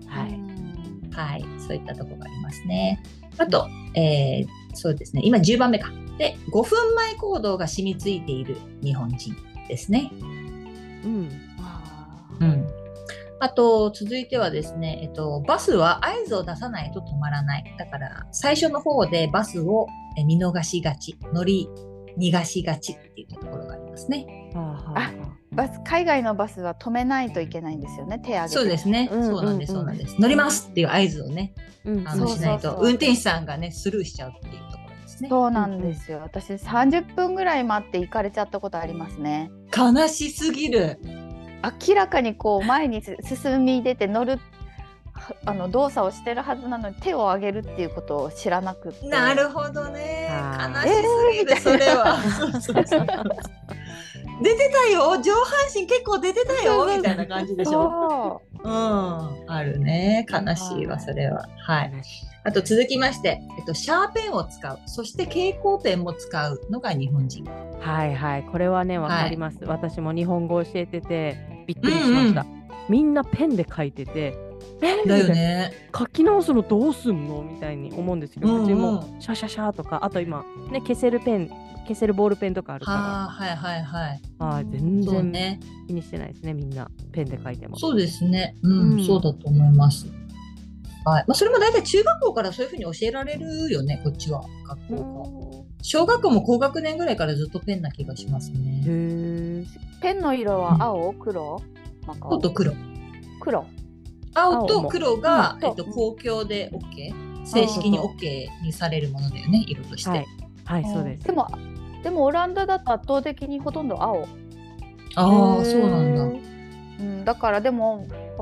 はいはい、そういったところがありますね。あと、えー、そうですね、今じゅうばんめかで、ごふんまえ行動が染みついている日本人ですね。うん、うん、あと続いてはですね、えっと、バスは合図を出さないと止まらない。だから最初の方でバスを見逃しがち、乗り逃がしがちっていうところがありますね。 あ、バス、海外のバスは止めないといけないんですよね、手挙げて。 そうですね、うんうんうん、そうなんですそうなんです。乗りますっていう合図をね、うん、あのしないと運転手さんがねスルーしちゃうっていうところですね。 そうなんですよ。私さんじゅっぷんぐらい待って行かれちゃったことありますね。 悲しすぎる。 明らかにこう前に進み出て乗るあの動作をしてるはずなのに手を上げるっていうことを知らなくて。 なるほどね、悲しすぎる、えー、それはそうそうそう出てたよ、上半身結構出てたよみたいな感じでしょ。うん、あるね、悲しいわそれは。はい。あと続きまして、えっと、シャーペンを使う、そして蛍光ペンも使うのが日本人。 はいはい、これはねわかります、はい、私も日本語教えててびっくりしました、うんうん、みんなペンで書いてて、ペンで、ね、書き直すのどうすんのみたいに思うんですけど、うんうん、うちもシャシャシャとか、あと今ね消せるペン消せるボールペンとかあるから、 ははいはいはい、 あ全然ね気にしてないですね、みんなペンで書いても。 そうですね、うん、うん、そうだと思います。はい、まあ、それも大体中学校からそういうふうに教えられるよね、こっちは。学校か小学校も高学年ぐらいからずっとペンな気がしますね。 へペンの色は青、うん、黒、 青と黒黒青と黒が、えっと、公共で OK、 正式に OK にされるものだよね、色として。はい、 はい、そうです。 でもでもオランダだと圧倒的にほとんど青。 ああ、そうなんだ。 うん、だからでも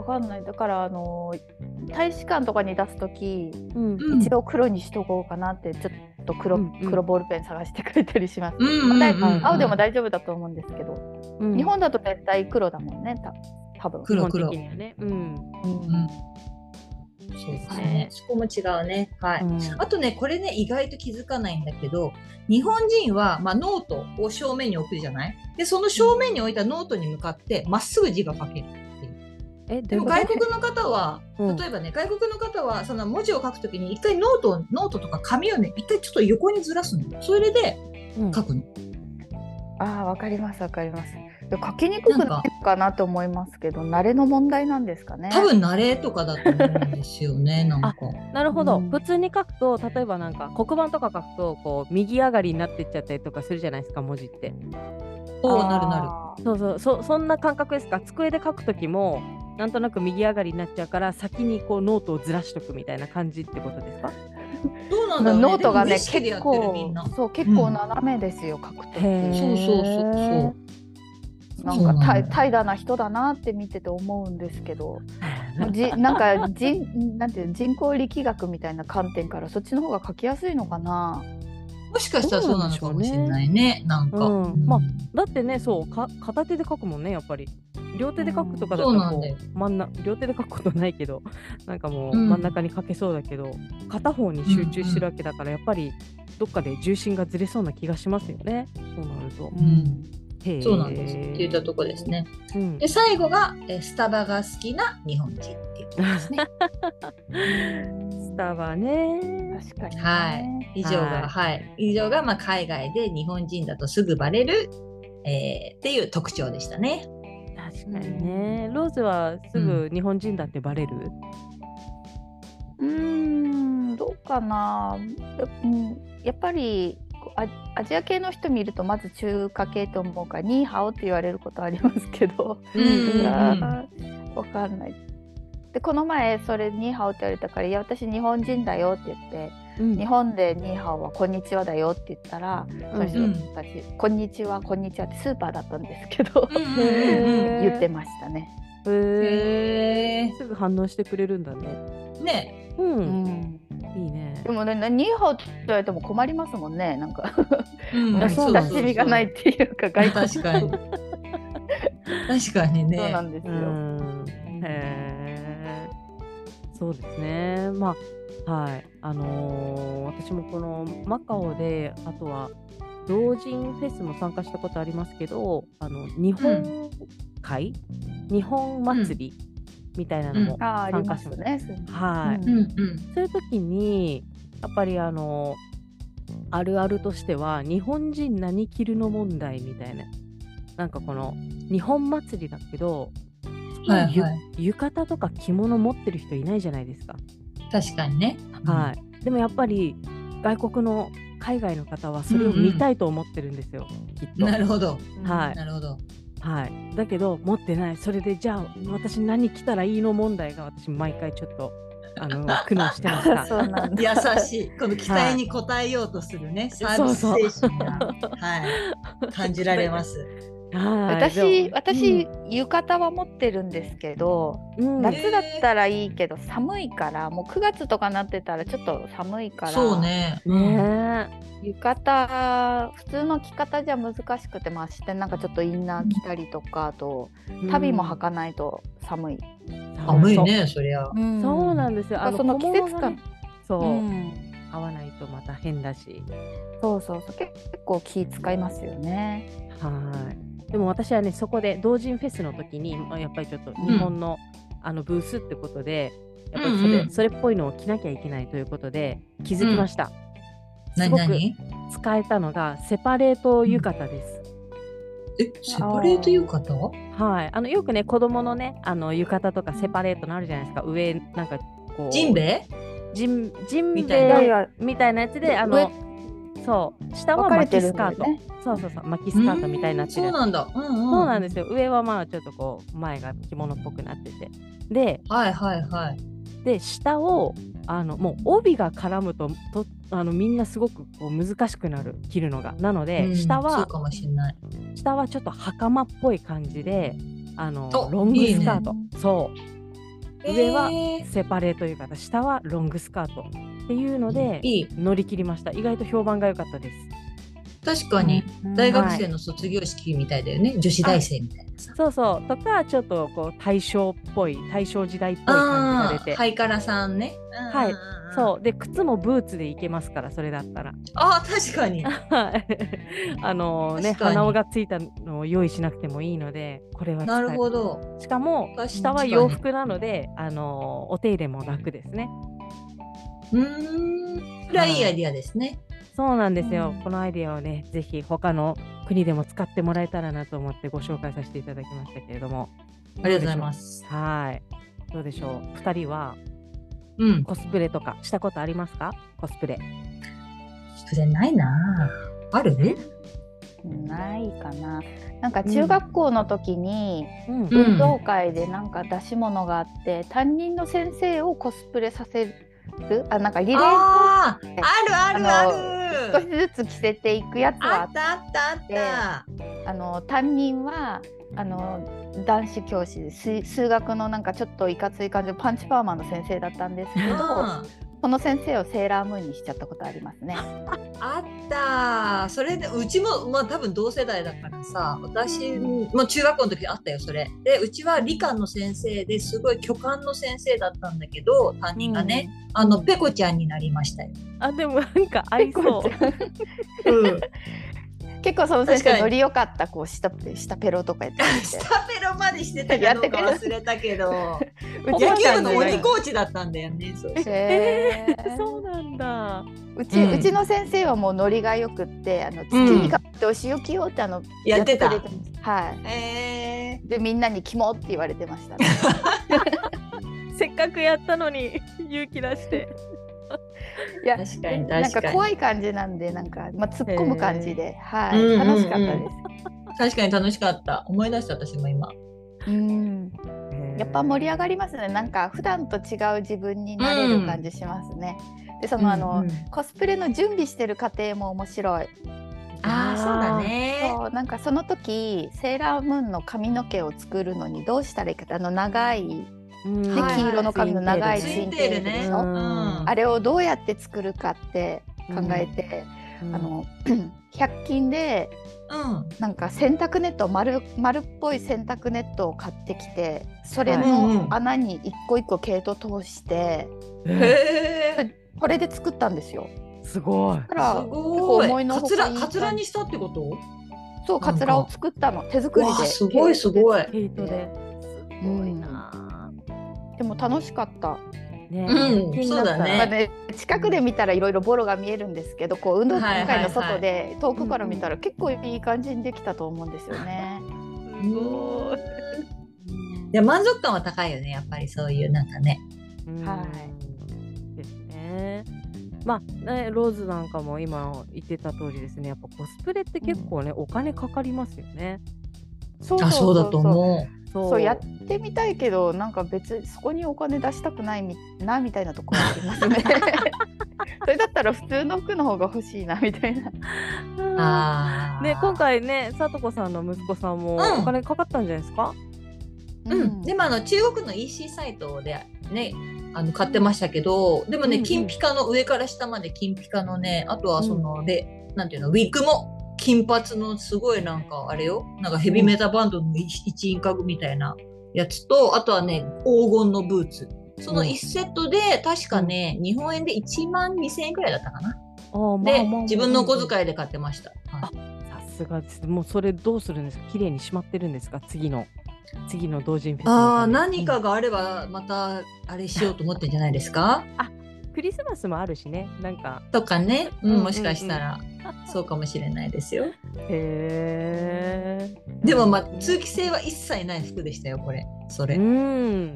かんない。だからあの大使館とかに出すとき、 うん、 一応黒にしとこうかなってちょっと 黒,、うんうん、黒ボールペン探してくれたりします、 うんうんうんうん、 青でも大丈夫だと思うんですけど、うん、日本だと絶対黒だもんね、た多分黒黒、 基本的にはね、うんうん、 そうですね、そこも違うね、はい、うん、あとねこれね意外と気づかないんだけど、日本人は、まあ、ノートを正面に置くじゃない。でその正面に置いたノートに向かってまっすぐ字が書けるっていう。えでも外国の方は、うん、例えばね外国の方はその文字を書くときに一回ノートノートとか紙をね一回ちょっと横にずらすの、それで書くの、うん、 ああわかりますわかります。書きにくくないかなと思いますけど、慣れの問題なんですかね。 多分慣れとかだと思うんですよね。なんかなるほど、うん、普通に書くと例えばなんか黒板とか書くとこう右上がりになってっちゃったりとかするじゃないですか、文字って。 おーなるなる。 そうそう、そそんな感覚ですか。机で書くときもなんとなく右上がりになっちゃうから先にこうノートをずらしとくみたいな感じってことですか。 どうなんだろうね。 ノートがね結構そう結構斜めですよ、うん、書くとき。 そうそうそうそう。 なんか怠惰な人だなって見てて思うんですけど、じなんか人なんていう人工力学みたいな観点からそっちの方が書きやすいのかな。 もしかしたらそうなのかもしれないね。なんか、 うんうん、まあだってね、そうか片手で書くもんね、やっぱり。両手で書くとかだとこう真ん中両手で書くことないけど、なんかもう真ん中に書けそうだけど、うん、片方に集中してるわけだから、やっぱりどっかで重心がずれそうな気がしますよね。そうなると。 うんそうなんですって言ったとこですね、うん、で最後がえスタバが好きな日本人っていうことですねスタバね、 確かに、ね、 はい以上が、はいはい、以上がまあ海外で日本人だとすぐバレる、えー、っていう特徴でしたね。 確かにね。ローズはすぐ日本人だってバレる？ うーんどうかな、うん、やっぱりアジア系の人見るとまず中華系と思うからニーハオって言われることありますけど、うんうん、分かんない。でこの前それニーハオって言われたから、いや私日本人だよって言って、うん、日本でニーハオはこんにちはだよって言ったら、うん、その人たち、うん、こんにちはこんにちはってスーパーだったんですけど、うん、言ってましたね。 へー、すぐ反応してくれるんだね。 ね、 うん、うんいいね。 でもね、ニーハオって言われても困りますもんね。なんか、うん、親しみがないっていうか、外国確かに確かにね。 そうなんですよ。 へー、そうですね。まあはいあのー、私もこのマカオであとは老人フェスも参加したことありますけど、あの日本会、うん、日本祭り、うんみたいなのも参加しますね。はい。そういう時にやっぱりあのあるあるとしては日本人何着るの問題みたいな、なんかこの日本祭りだけど、はいはい、浴衣とか着物持ってる人いないじゃないですか。 確かにね。 はい。うん、でもやっぱり外国の海外の方はそれを見たいと思ってるんですよ。うんうん、きっと。 なるほど。 はい。 なるほど。 はい、だけど持ってない。それでじゃあ私何着たらいいの問題が私毎回ちょっとあの苦悩してました。 そうなん優しいこの期待に応えようとするね、はい、サービス精神がはい、感じられます。 私私、うん、浴衣は持ってるんですけど、うん、夏だったらいいけど寒いから、もうくがつとかなってたらちょっと寒いから。 そうね、 うん、 浴衣普通の着方じゃ難しくて、まあしてなんかちょっとインナー着たりとか、あと足袋も履かないと寒い、 うん、寒いねそりゃ、 うん、そうなんですよ。あのその季節感、ね、 そう、うん、合わないとまた変だし、 そうそうそう結構気使いますよね。 はい。でも私はねそこで同人フェスの時にやっぱりちょっと日本の、うん、あのブースってことでやっぱりそれ、うんうん、それっぽいのを着なきゃいけないということで気づきました。うん、すごく使えたのがセパレート浴衣です。 うん、えセパレート浴衣？ はい、あのよくね子供のねあの浴衣とかセパレートのあるじゃないですか。上なんかこうジンベエジンジンベエみたいなやつで、あのそう下は巻きスカート、ね、そうそうそう巻きスカートみたいになってる。 そうなんだ、うんうん、 そうなんですよ。上はまあちょっとこう前が着物っぽくなってて、ではいはいはいで下をあのもう帯が絡むととあのみんなすごくこう難しくなる着るのが。なので、うん、下はそうかもしれない。 下はちょっと袴っぽい感じであのロングスカート、いいね、そう上はセパレというか下はロングスカートっていうので乗り切りました。意外と評判が良かったです。 確かに大学生の卒業式みたいだよね、はい、女子大生みたいなさ。 そうそうとかちょっとこう大正っぽい大正時代っぽい感じが出て、 ハイカラさんね、 はい、そうで靴もブーツでいけますから、それだったら。 あ確かにあのね鼻緒がついたのを用意しなくてもいいので、これは使える。 なるほど。 しかも下は洋服なので、あのお手入れも楽ですね。 うーん、これはいいアイディアですね。 そうなんですよ、うん、このアイディアをねぜひ他の国でも使ってもらえたらなと思ってご紹介させていただきましたけれども。 ありがとうございます。 はい、どうでしょう、ふたりは、 うん、 コスプレとかしたことありますか？コスプレ。 コスプレないな。ある？ ないかな。なんか中学校の時に、うん、運動会でなんか出し物があって、うん、担任の先生をコスプレさせる、あ、なんかリレー、 あー、あるあるある。 少しずつ着せていくやつがあって、 あったあったあった。 あの担任はあの男子教師で数学のなんかちょっといかつい感じのパンチパーマの先生だったんですけど、その先生をセーラームーンにしちゃったことありますね。 あった。それでうちも、まあ、多分同世代だからさ、私も中学校の時あったよそれで。うちは理科の先生ですごい巨漢の先生だったんだけど、担任がね、うん、あのペコちゃんになりましたよ。 あ、でもなんか合いそう、うん、 結構その先生ノリ良かった。こう下下ペロとかやってて下ペロまでしてたかどうか忘れたけど野球部の鬼コーチだったんだよね。そう、 えー、そうなんだ。 うち、うん、うちの先生はもうノリがよくってあの月にかってお仕置きをってあの、うん、 やってた。 はい、 えー、 でみんなにキモって言われてましたねせっかくやったのに勇気出していや確かに確かになんか怖い感じなんでなんか、まあ、突っ込む感じで、はい、うんうんうん、楽しかったです。 確かに楽しかった。思い出した私も今。 うん、やっぱ盛り上がりますね。なんか普段と違う自分になれる感じしますね。うん、でそのあの、うんうん、コスプレの準備してる過程も面白い。 ああ、そうだね。 そうなんかその時セーラームーンの髪の毛を作るのにどうしたらいいかってあの長いで黄色の髪の長いツインテールでしょ、うん、あれをどうやって作るかって考えて、うん、あのひゃく均で、うん、なんか洗濯ネット 丸, 丸っぽい洗濯ネットを買ってきてそれの穴に一個一個毛糸通して、 うんうん、へこれで作ったんですよ。 すごい。 だから結構思いのほかいいカツラにしたってこと？ そうカツラを作ったの手作りで。 すごいすごい。 毛糸で。すごいな。 でも楽しかった。 ね、うん、そうだね。 まあね、近くで見たらいろいろボロが見えるんですけど、こう運動会の外で遠くから見たら結構いい感じにできたと思うんですよね。 すごい。いや満足感は高いよね、やっぱりそういうなんかね。 はい。 ですね。まあね、ローズなんかも今言ってた通りですね。やっぱコスプレって結構ね、うん、お金かかりますよね。 そうそうそうそう。あ、そうだと思う。 そう、そうやってみたいけどなんか別にそこにお金出したくないみなみたいなところありますねそれだったら普通の服の方が欲しいなみたいなあ、 ね、今回ねさとこさんの息子さんもお金かかったんじゃないですか？ うん、うん、でもあの中国の イーシー サイトでねあの買ってましたけど、でもね、うんうん、金ピカの上から下まで金ピカのね、あとはそので、うん、なんていうのウィッグも金髪のすごいなんかあれよなんかヘビメタバンドの一員家具みたいなやつと、あとはね黄金のブーツ、そのいちセットで確かね、うん、日本円でいちまんにせんえんくらいだったかな。で、まあまあ、自分の小遣いで買ってました。 はい、あ、さすがです。もうそれどうするんですか？綺麗にしまってるんですか？次の次の同人フェス。 ああ、何かがあればまたあれしようと思ってんじゃないですか？ あ、クリスマスもあるしね、なんかとかね、うん、もしかしたらそうかもしれないですよ。 へー。でもまあ通気性は一切ない服でしたよこれ。それ。 うん。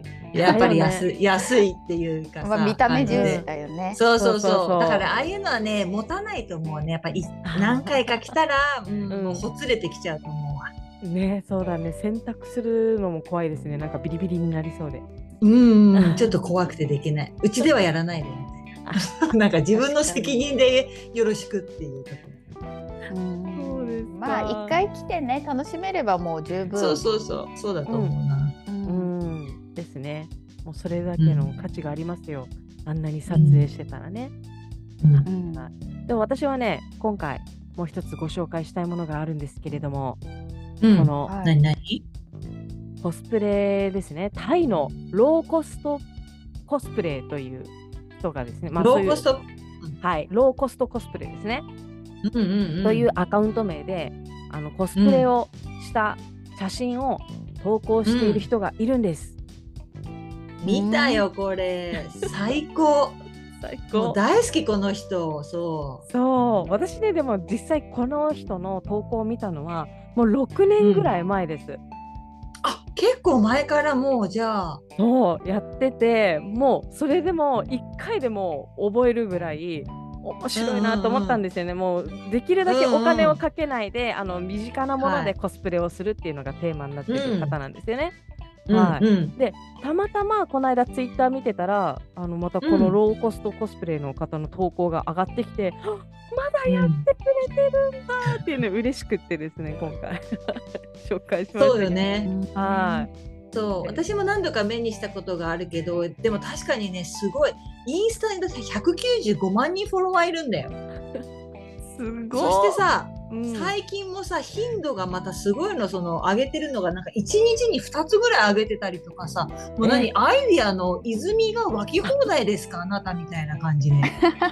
やっぱり安、ね、安いっていうかさ、 まあ、見た目重視だよね。 そうそうそう。そうそうそう。だからああいうのはね持たないと思うね。やっぱり何回か着たら、うん、もうほつれてきちゃうと思うわ。 ね、そうだね。洗濯するのも怖いですね。なんかビリビリになりそうで。 うん、ちょっと怖くてできない。うちではやらないでみたいな。なんか自分の責任でよろしくっていうこと。 うん、そうですか。まあ一回来てね楽しめればもう十分。 そうそうそうそうだと思うな。 うん、うん、ですね。 もうそれだけの価値がありますよ、うん、あんなに撮影してたらね、うんうん、でも私はね今回もう一つご紹介したいものがあるんですけれども、うん、この、はい、 何何コスプレですね。タイのローコストコスプレという人がですね、まあ、 ローコスト、 はい、ローコストコスプレですね、 うんうんうん、 というアカウント名であのコスプレをした写真を投稿している人がいるんです、 うん、見たよこれ最高最高もう大好きこの人。そうそう私ねでも実際この人の投稿を見たのはもうろくねんぐらい前です、うん、 あ結構前からもうじゃあそうやっててもうそれでもいっかいでも覚えるぐらい面白いなと思ったんですよね、うんうん、もうできるだけお金をかけないで、うんうん、あの身近なものでコスプレをするっていうのがテーマになっている方なんですよね、うんはいうんうん、でたまたまこの間ツイッター見てたらあのまたこのローコストコスプレの方の投稿が上がってきて、うん、まだやってくれてるんだっていうの嬉しくってですね今回紹介しました。 そうよね、 はいそう私も何度か目にしたことがあるけどでも確かにねすごいインスタにだってひゃくきゅうじゅうごまんにんフォロワーいるんだよすごい。 そしてさ、うん、最近もさ頻度がまたすごいのその上げてるのがなんかいちにちにふたつぐらい上げてたりとかさもう何、アイディアの泉が湧き放題ですかあなたみたいな感じ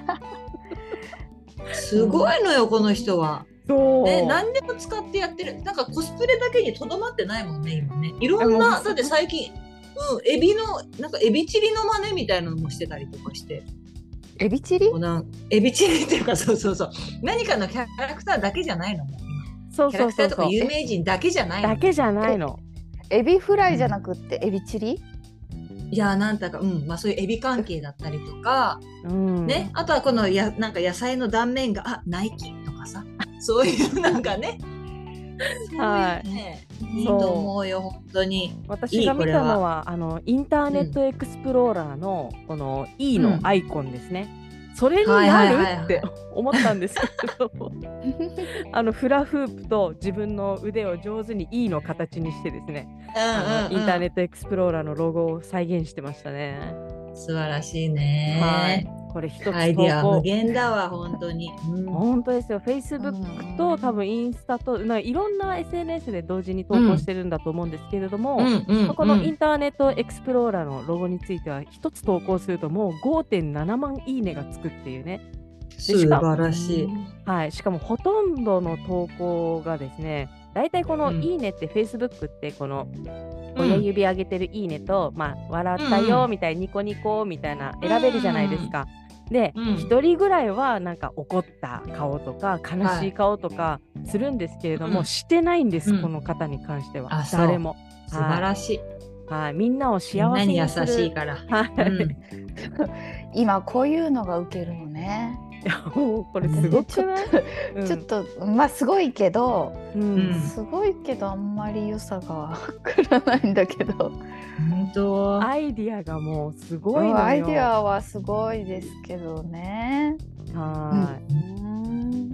ですごいのよこの人は。 そうね、何でも使ってやってる。なんかコスプレだけにとどまってないもんね今ね。いろんなだって最近、うん、エビのなんかエビチリの真似みたいなのもしてたりとかして。 エビチリ？ エビチリっていうかそうそうそう何かのキャラクターだけじゃないのもそうそうそうそうキャラクターとか有名人だけじゃないのだけじゃないのエビフライじゃなくってエビチリ？ いやなんだか、うんまあ、そういうエビ関係だったりとか、うんね、あとはこのやなんか野菜の断面があナイキとかさそういうなんかねはい、ね、いいと思うよ本当に。 私が見たのはあのインターネットエクスプローラーのこの E のアイコンですね、うん、それになるって思ったんですけどあのフラフープと自分の腕を上手に E の形にしてですね、あのインターネットエクスプローラーのロゴを再現してましたね。 素晴らしいね。 はい、これ一つ投稿アイディア無限だわ本当に、 うん、本当ですよ。 Facebook と多分インスタとないろんな エスエヌエス で同時に投稿してるんだと思うんですけれども、うんうんうん、このインターネットエクスプローラーのロゴについては一つ投稿するともう ごてんななまんいいねがつくっていうね。 素晴らしい、 はい、しかもほとんどの投稿がですねだいたいこのいいねって、うん、Facebook ってこの親指上げてるいいねと、まあ、笑ったよみたいな、うん、ニコニコみたいな選べるじゃないですか、うん、で一、うん、人ぐらいはなんか怒った顔とか悲しい顔とかするんですけれども、はい、してないんです、うん、この方に関しては、うん、誰も。 素晴らしい、 はいはい、みんなを幸せにする。 みんなに優しいから、はいうん、 今こういうのがウケるのね。 いやもうこれすごくない？ うん、ちょっとまあすごいけど、うん、すごいけどあんまり良さがわからないんだけど本当アイディアがもうすごいのよ。 アイディアはすごいですけどね。 はい、うん、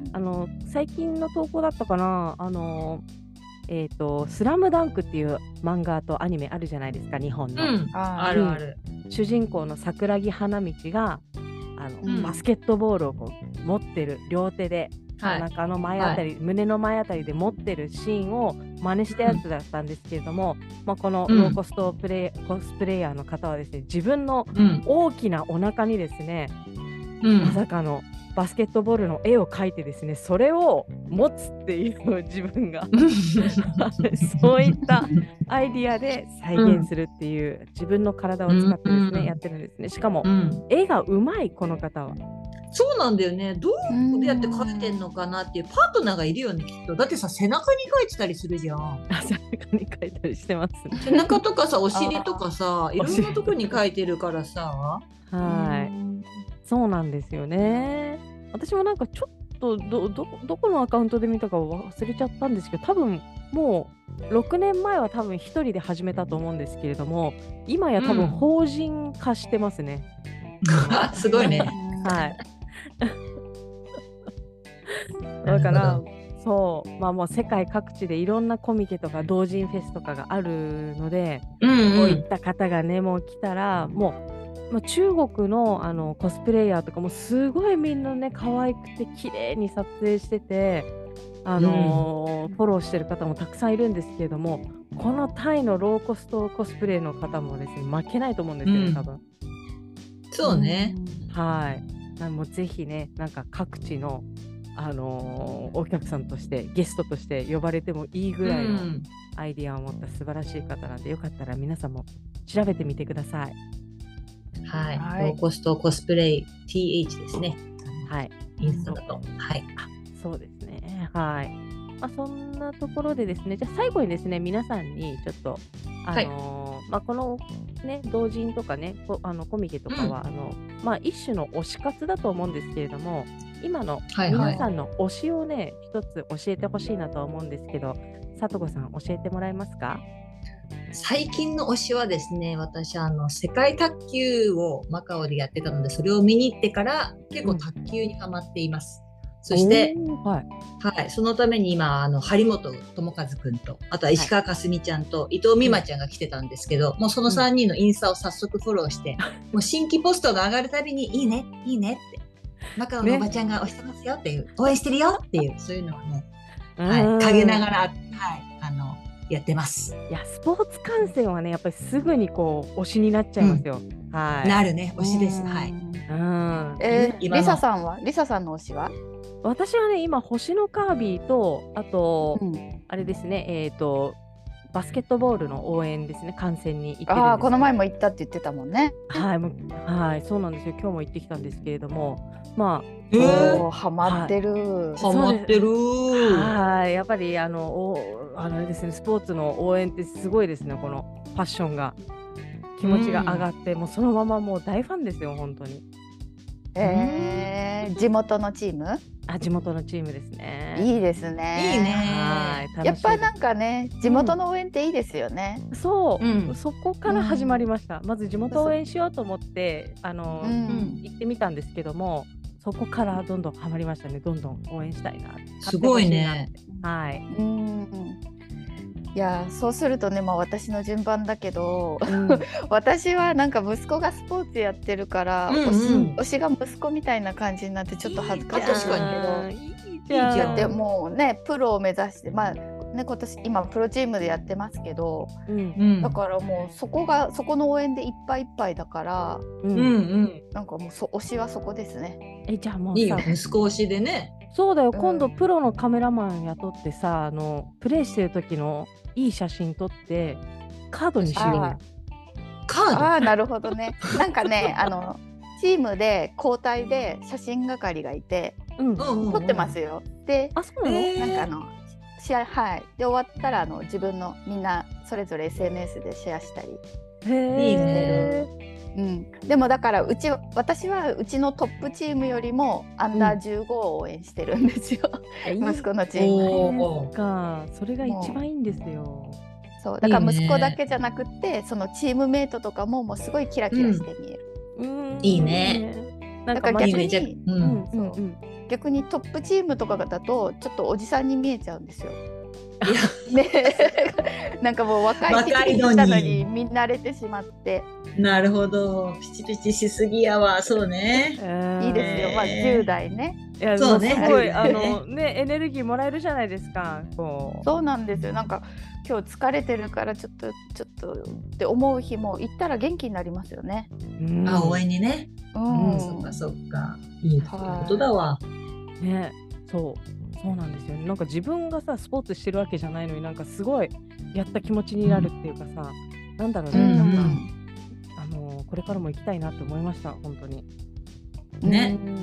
あの最近の投稿だったかなあのえーと、スラムダンクっていう漫画とアニメあるじゃないですか日本の、うん、 あるある、 うん、主人公の桜木花道があの、うん、バスケットボールをこう持ってる両手で、はい、なんかあの前あたり、はい、胸の前あたりで持ってるシーンを真似したやつだったんですけれども、うんまあ、このローコストプレイ、うん、コスプレイヤーの方はですね自分の大きなお腹にですね、うん、まさかのバスケットボールの絵を描いてですねそれを持つっていう自分がそういったアイディアで再現するっていう、うん、自分の体を使ってですね、うん、やってるんですね。しかも、うん、絵がうまいこの方は。 そうなんだよね。どうやって描いてんのかなっていうパートナーがいるよねきっと。だってさ背中に描いてたりするじゃん。 背中に描いたりしてます、ね、 背中とかさお尻とかさいろんなとこに描いてるからさはいそうなんですよね。私もなんかちょっと ど, ど, どこのアカウントで見たか忘れちゃったんですけど多分もうろくねんまえは多分一人で始めたと思うんですけれども今や多分法人化してますね、 うん、すごいねはいだからそうまあもう世界各地でいろんなコミケとか同人フェスとかがあるので、 うんうん、 こういった方がねもう来たらもう、まあ、中国のあのコスプレイヤーとかもすごいみんなね可愛くて綺麗に撮影してて、あのーうん、フォローしてる方もたくさんいるんですけれども、このタイのローコストコスプレの方もですね負けないと思うんですよね、うん、多分。 そうね、 うん、はいもうぜひねなんか各地のあのー、お客さんとしてゲストとして呼ばれてもいいぐらいのアイディアを持った素晴らしい方なんで、よかったら皆さんも調べてみてください。 はい、はい、ローコストコスプレイ ティーエイチ ですね。 はい、 インスタだと。はい。 あ、そうですね。はい。まあ、そんなところでですね、じゃあ最後にですね、皆さんにちょっと、あのーはい、まあ、このね、同人とかね、あのコミケとかは、うん、あのまあ、一種の推し活だと思うんですけれども、今の皆さんの推しをね、一、はいはい、つ教えてほしいなと思うんですけど、さとこさん教えてもらえますか？ 最近の推しはですね、私あの世界卓球をマカオでやってたので、それを見に行ってから結構卓球にハマっています。うん、そして、はいはい、そのために今あの張本智和くんと、あとは石川佳純ちゃんと、はい、伊藤美誠ちゃんが来てたんですけど、うん、もうそのさんにんのインスタを早速フォローして、うん、もう新規ポストが上がるたびにいいねいいねって、マカオのおばちゃんが推してますよっていう、ね、応援してるよっていう、そういうのをね、はい、陰ながら、はい、あのやってます。 いやスポーツ観戦はねやっぱりすぐにこう推しになっちゃいますよ。うん、はい。 なるね、推しです。はい。うん。えー、リサさんはリサさんの推しは？ 私はね今星のカービィとあと、うん、あれですねえっ、ー、とバスケットボールの応援ですね、観戦に行ってるんです。 ああこの前も行ったって言ってたもんね。 はいもうはいそうなんですよ。今日も行ってきたんですけれども、まあえー、ハマってる、 はい、ハマってる。 はいやっぱりあのおあのですねスポーツの応援ってすごいですね。このパッションが気持ちが上がって、うん、もうそのままもう大ファンですよ本当に。 えー、地元のチーム？ あ地元のチームですね。 いいですね。 いいね。 はいやっぱなんかね地元の応援っていいですよね。 うん、そう、うん、そこから始まりました。うん、まず地元応援しようと思ってあの、うん、行ってみたんですけども、そこからどんどんハマりましたね。どんどん応援したいな。 すごいね。 はい。 うんいやそうするとね、まあ、私の順番だけど、うん、私はなんか息子がスポーツやってるから、うんうん、推し、推しが息子みたいな感じになってちょっと恥ずかしいんですけど、いいじゃん。だってもうねプロを目指してまあね今年今プロチームでやってますけど、うん、だからもうそこがそこの応援でいっぱいいっぱいだから、うんうん、なんかもうそ推しはそこですね。 えじゃあもうさいいよ息子推しでね。 そうだよ、今度プロのカメラマン雇ってさ、あのプレイしてる時のいい写真撮ってカードにしようよ。 カード？ ああなるほどね。なんかねあのチームで交代で写真係がいて、うん、撮ってますよ。で、 あそうなの？ なんかあの試合はいで終わったらあの自分のみんなそれぞれ エスエヌエス でシェアしたり。 へいいね。 うん、でもだからうち私はうちのトップチームよりもアンダーじゅうごを応援してるんですよ、うん、息子のチームか。それが一番いいんですよ。 そうだから息子だけじゃなくていい、ね、そのチームメイトとかももうすごいキラキラして見える、 うん、いいね。 だから逆に、うんうんうん、逆にトップチームとかだとちょっとおじさんに見えちゃうんですよ。いやね、なんかもう若いピチピチしたのに見慣れてしまって。 なるほど、ピチピチしすぎやわ。そうね、 えー、いいですよ、まあ、じゅう代ね。 いやそうね、すごいあの、ね、エネルギーもらえるじゃないですか。こうそうなんですよ。なんか今日疲れてるからちょっとちょっとって思う日も行ったら元気になりますよね。 うん、あ応援にね、うん、そっかそっか、いいことだわ。 ね、そうそうなんですよね。なんか自分がさスポーツしてるわけじゃないのになんかすごいやった気持ちになるっていうかさ、うん、なんだろうね、うん、なんか、あのー、これからも行きたいなって思いました本当にね、 うん、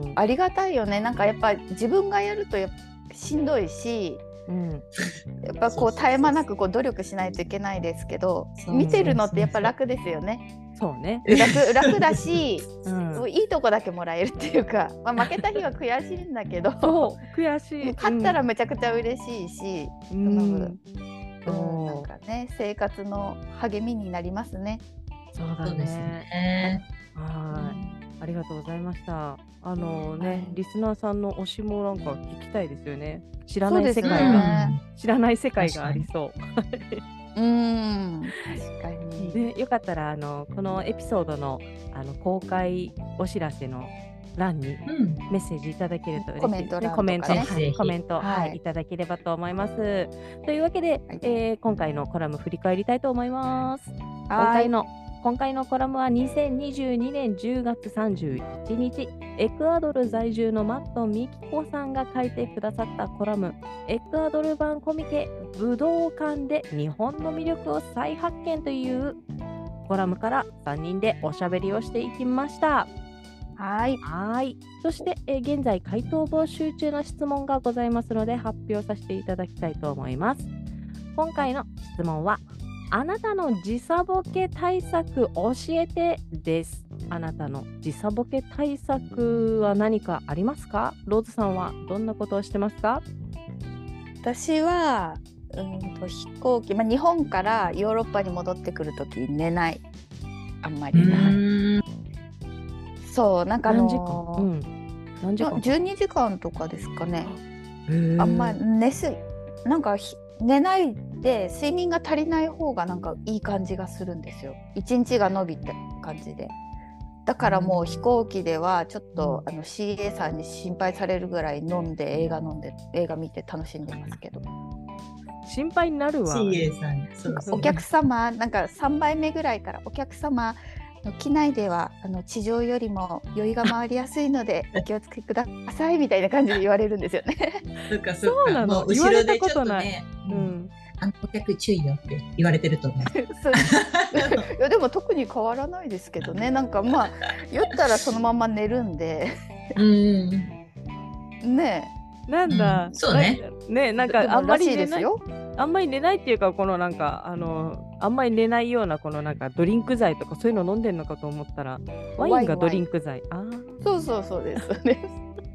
ありがたいよね。なんかやっぱ自分がやるとやっぱしんどいし、うん、やっぱこう絶え間なくこう努力しないといけないですけど、見てるのってやっぱ楽ですよね。 そうね、 楽, 楽だし、うん、いいとこだけもらえるっていうか、まあ、負けた日は悔しいんだけどそう悔しい、 勝ったらめちゃくちゃ嬉しいし、うん、その分、うん、なんかね生活の励みになりますね。 そうだね。はい、ありがとうございました。ああのね、 はいリスナーさんの推しもなんか聞きたいですよね。知らないそうです世界が、 ね。 知らない世界がありそう。 うーん、確かに。 で、よかったらあのこのエピソードのあの公開お知らせの欄にうんメッセージいただけると嬉しいですね。 コメント欄とかねコメント、はいぜひぜひコメント、はいはいいただければと思います。というわけで、 はいえー今回のコラム振り返りたいと思います。今はい。 回の今回のコラムはにせんにじゅうにねんじゅうがつさんじゅういちにち、エクアドル在住のマット・ミキコさんが書いてくださったコラム、エクアドル版コミケ武道館で日本の魅力を再発見というコラムからさんにんでおしゃべりをしていきました。 はい。 はい。そして、えー現在回答募集中の質問がございますので発表させていただきたいと思います。今回の質問は、あなたの時差ボケ対策教えてです。あなたの時差ボケ対策は何かありますか？ローズさんはどんなことをしてますか？ 私はうんと飛行機、まあ、日本からヨーロッパに戻ってくるとき寝ない。あんまうりない。 ーんそう、なんかあ何時間？ のうん。何時間？ じゅうにじかんとかですかね。 へーあんま寝すなんかひ寝ないで睡眠が足りない方がなんかいい感じがするんですよ。一日が伸びた感じで。だからもう飛行機ではちょっとあの シーエー さんに心配されるぐらい飲んで映画飲んで映画見て楽しんでますけど。 心配になるわ。 シーエー さんそうそうお客様なんかさんばいめぐらいからお客様の機内ではあの地上よりも酔いが回りやすいのでお気をつけくださいみたいな感じで言われるんいですよね。 そうかそうかそうなのもう後ろでちょっ言われたことないとね、 ううんん。 あのお客注意よって言われてると思う。 そういやでも特に変わらないですけどね。なんかまあ酔ったらそのまま寝るんでうんねなんだ、 うんそうねなね、なんえ。 かあんまでもらしり寝ない、 いですよ。 あんまり寝ないっていうか、このなんか、あの、あんまり寝ないような、このなんかドリンク剤とかそういうの飲んでんのかと思ったら、ワインがドリンク剤。ああ、 そうそうそうですそうです。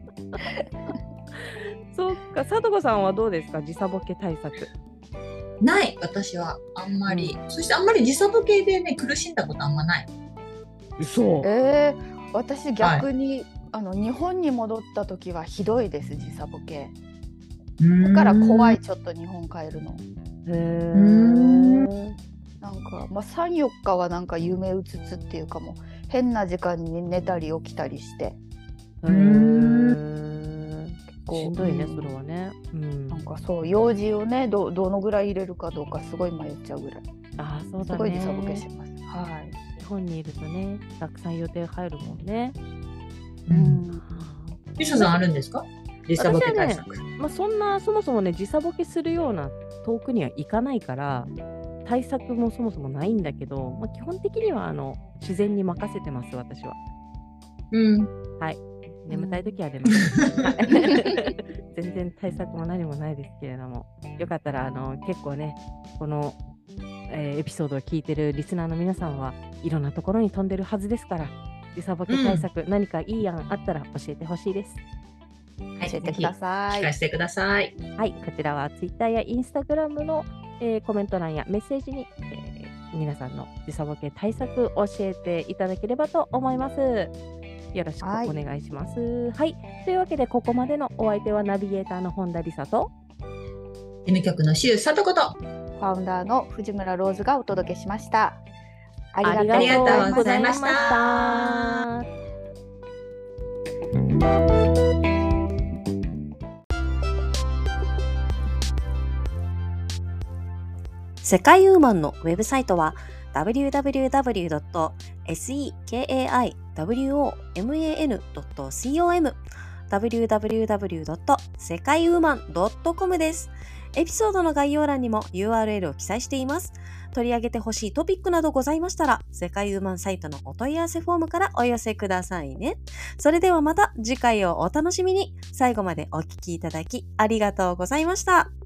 そっか、さとこさんはどうですか、時差ボケ対策。 ない私はあんまり、そしてあんまり時差ボケでね苦しんだことあんまない。 嘘。 えー、私逆に、あの日本に戻った時はひどいです時差ボケ。だから怖いちょっと日本帰るの。 へえ。 なんか、まあ、さん、よっかはなんか夢うつつっていうかもう変な時間に寝たり起きたりしてへえ。 こうしんどいね、 うんそれはね。うん。 なんかそう用事をね ど, どのぐらい入れるかどうかすごい迷っちゃうぐらいああ、そうだね。 すごい時差ボケします。はい日本にいるとね、たくさん予定入るもんね。 うんリサさんあるんですか時差ボケ対策。 まあ、そんなそもそもね時差ボケするような遠くには行かないから対策もそもそもないんだけど、まあ、基本的にはあの自然に任せてます私は。 うんはい。眠たい時は出ます。全然対策も何もないですけれども、よかったらあの結構ねこの、えーエピソードを聞いてるリスナーの皆さんはいろんなところに飛んでるはずですから、時差ボケ対策、何かいい案あったら教えてほしいです。 はい教えてください。 聞かせてください。 はい、こちらは Twitter や Instagram の、えーコメント欄やメッセージに、えー皆さんの時差ボケ対策教えていただければと思います。よろしくお願いします。はい、はい、というわけでここまでのお相手はナビゲーターの本田理沙と事務局の周さとことファウンダーの藤村ローズがお届けしました。あありりがとうございました。 ありがとうございました世界ウーマンのウェブサイトは ダブリューダブリューダブリュードットセカイウーマンドットコム ダブリューダブリューダブリュードットセカイウーマンドットコム です。エピソードの概要欄にも ユーアールエル を記載しています。取り上げてほしいトピックなどございましたら、世界ウーマンサイトのお問い合わせフォームからお寄せくださいね。それではまた次回をお楽しみに。最後までお聞きいただきありがとうございました。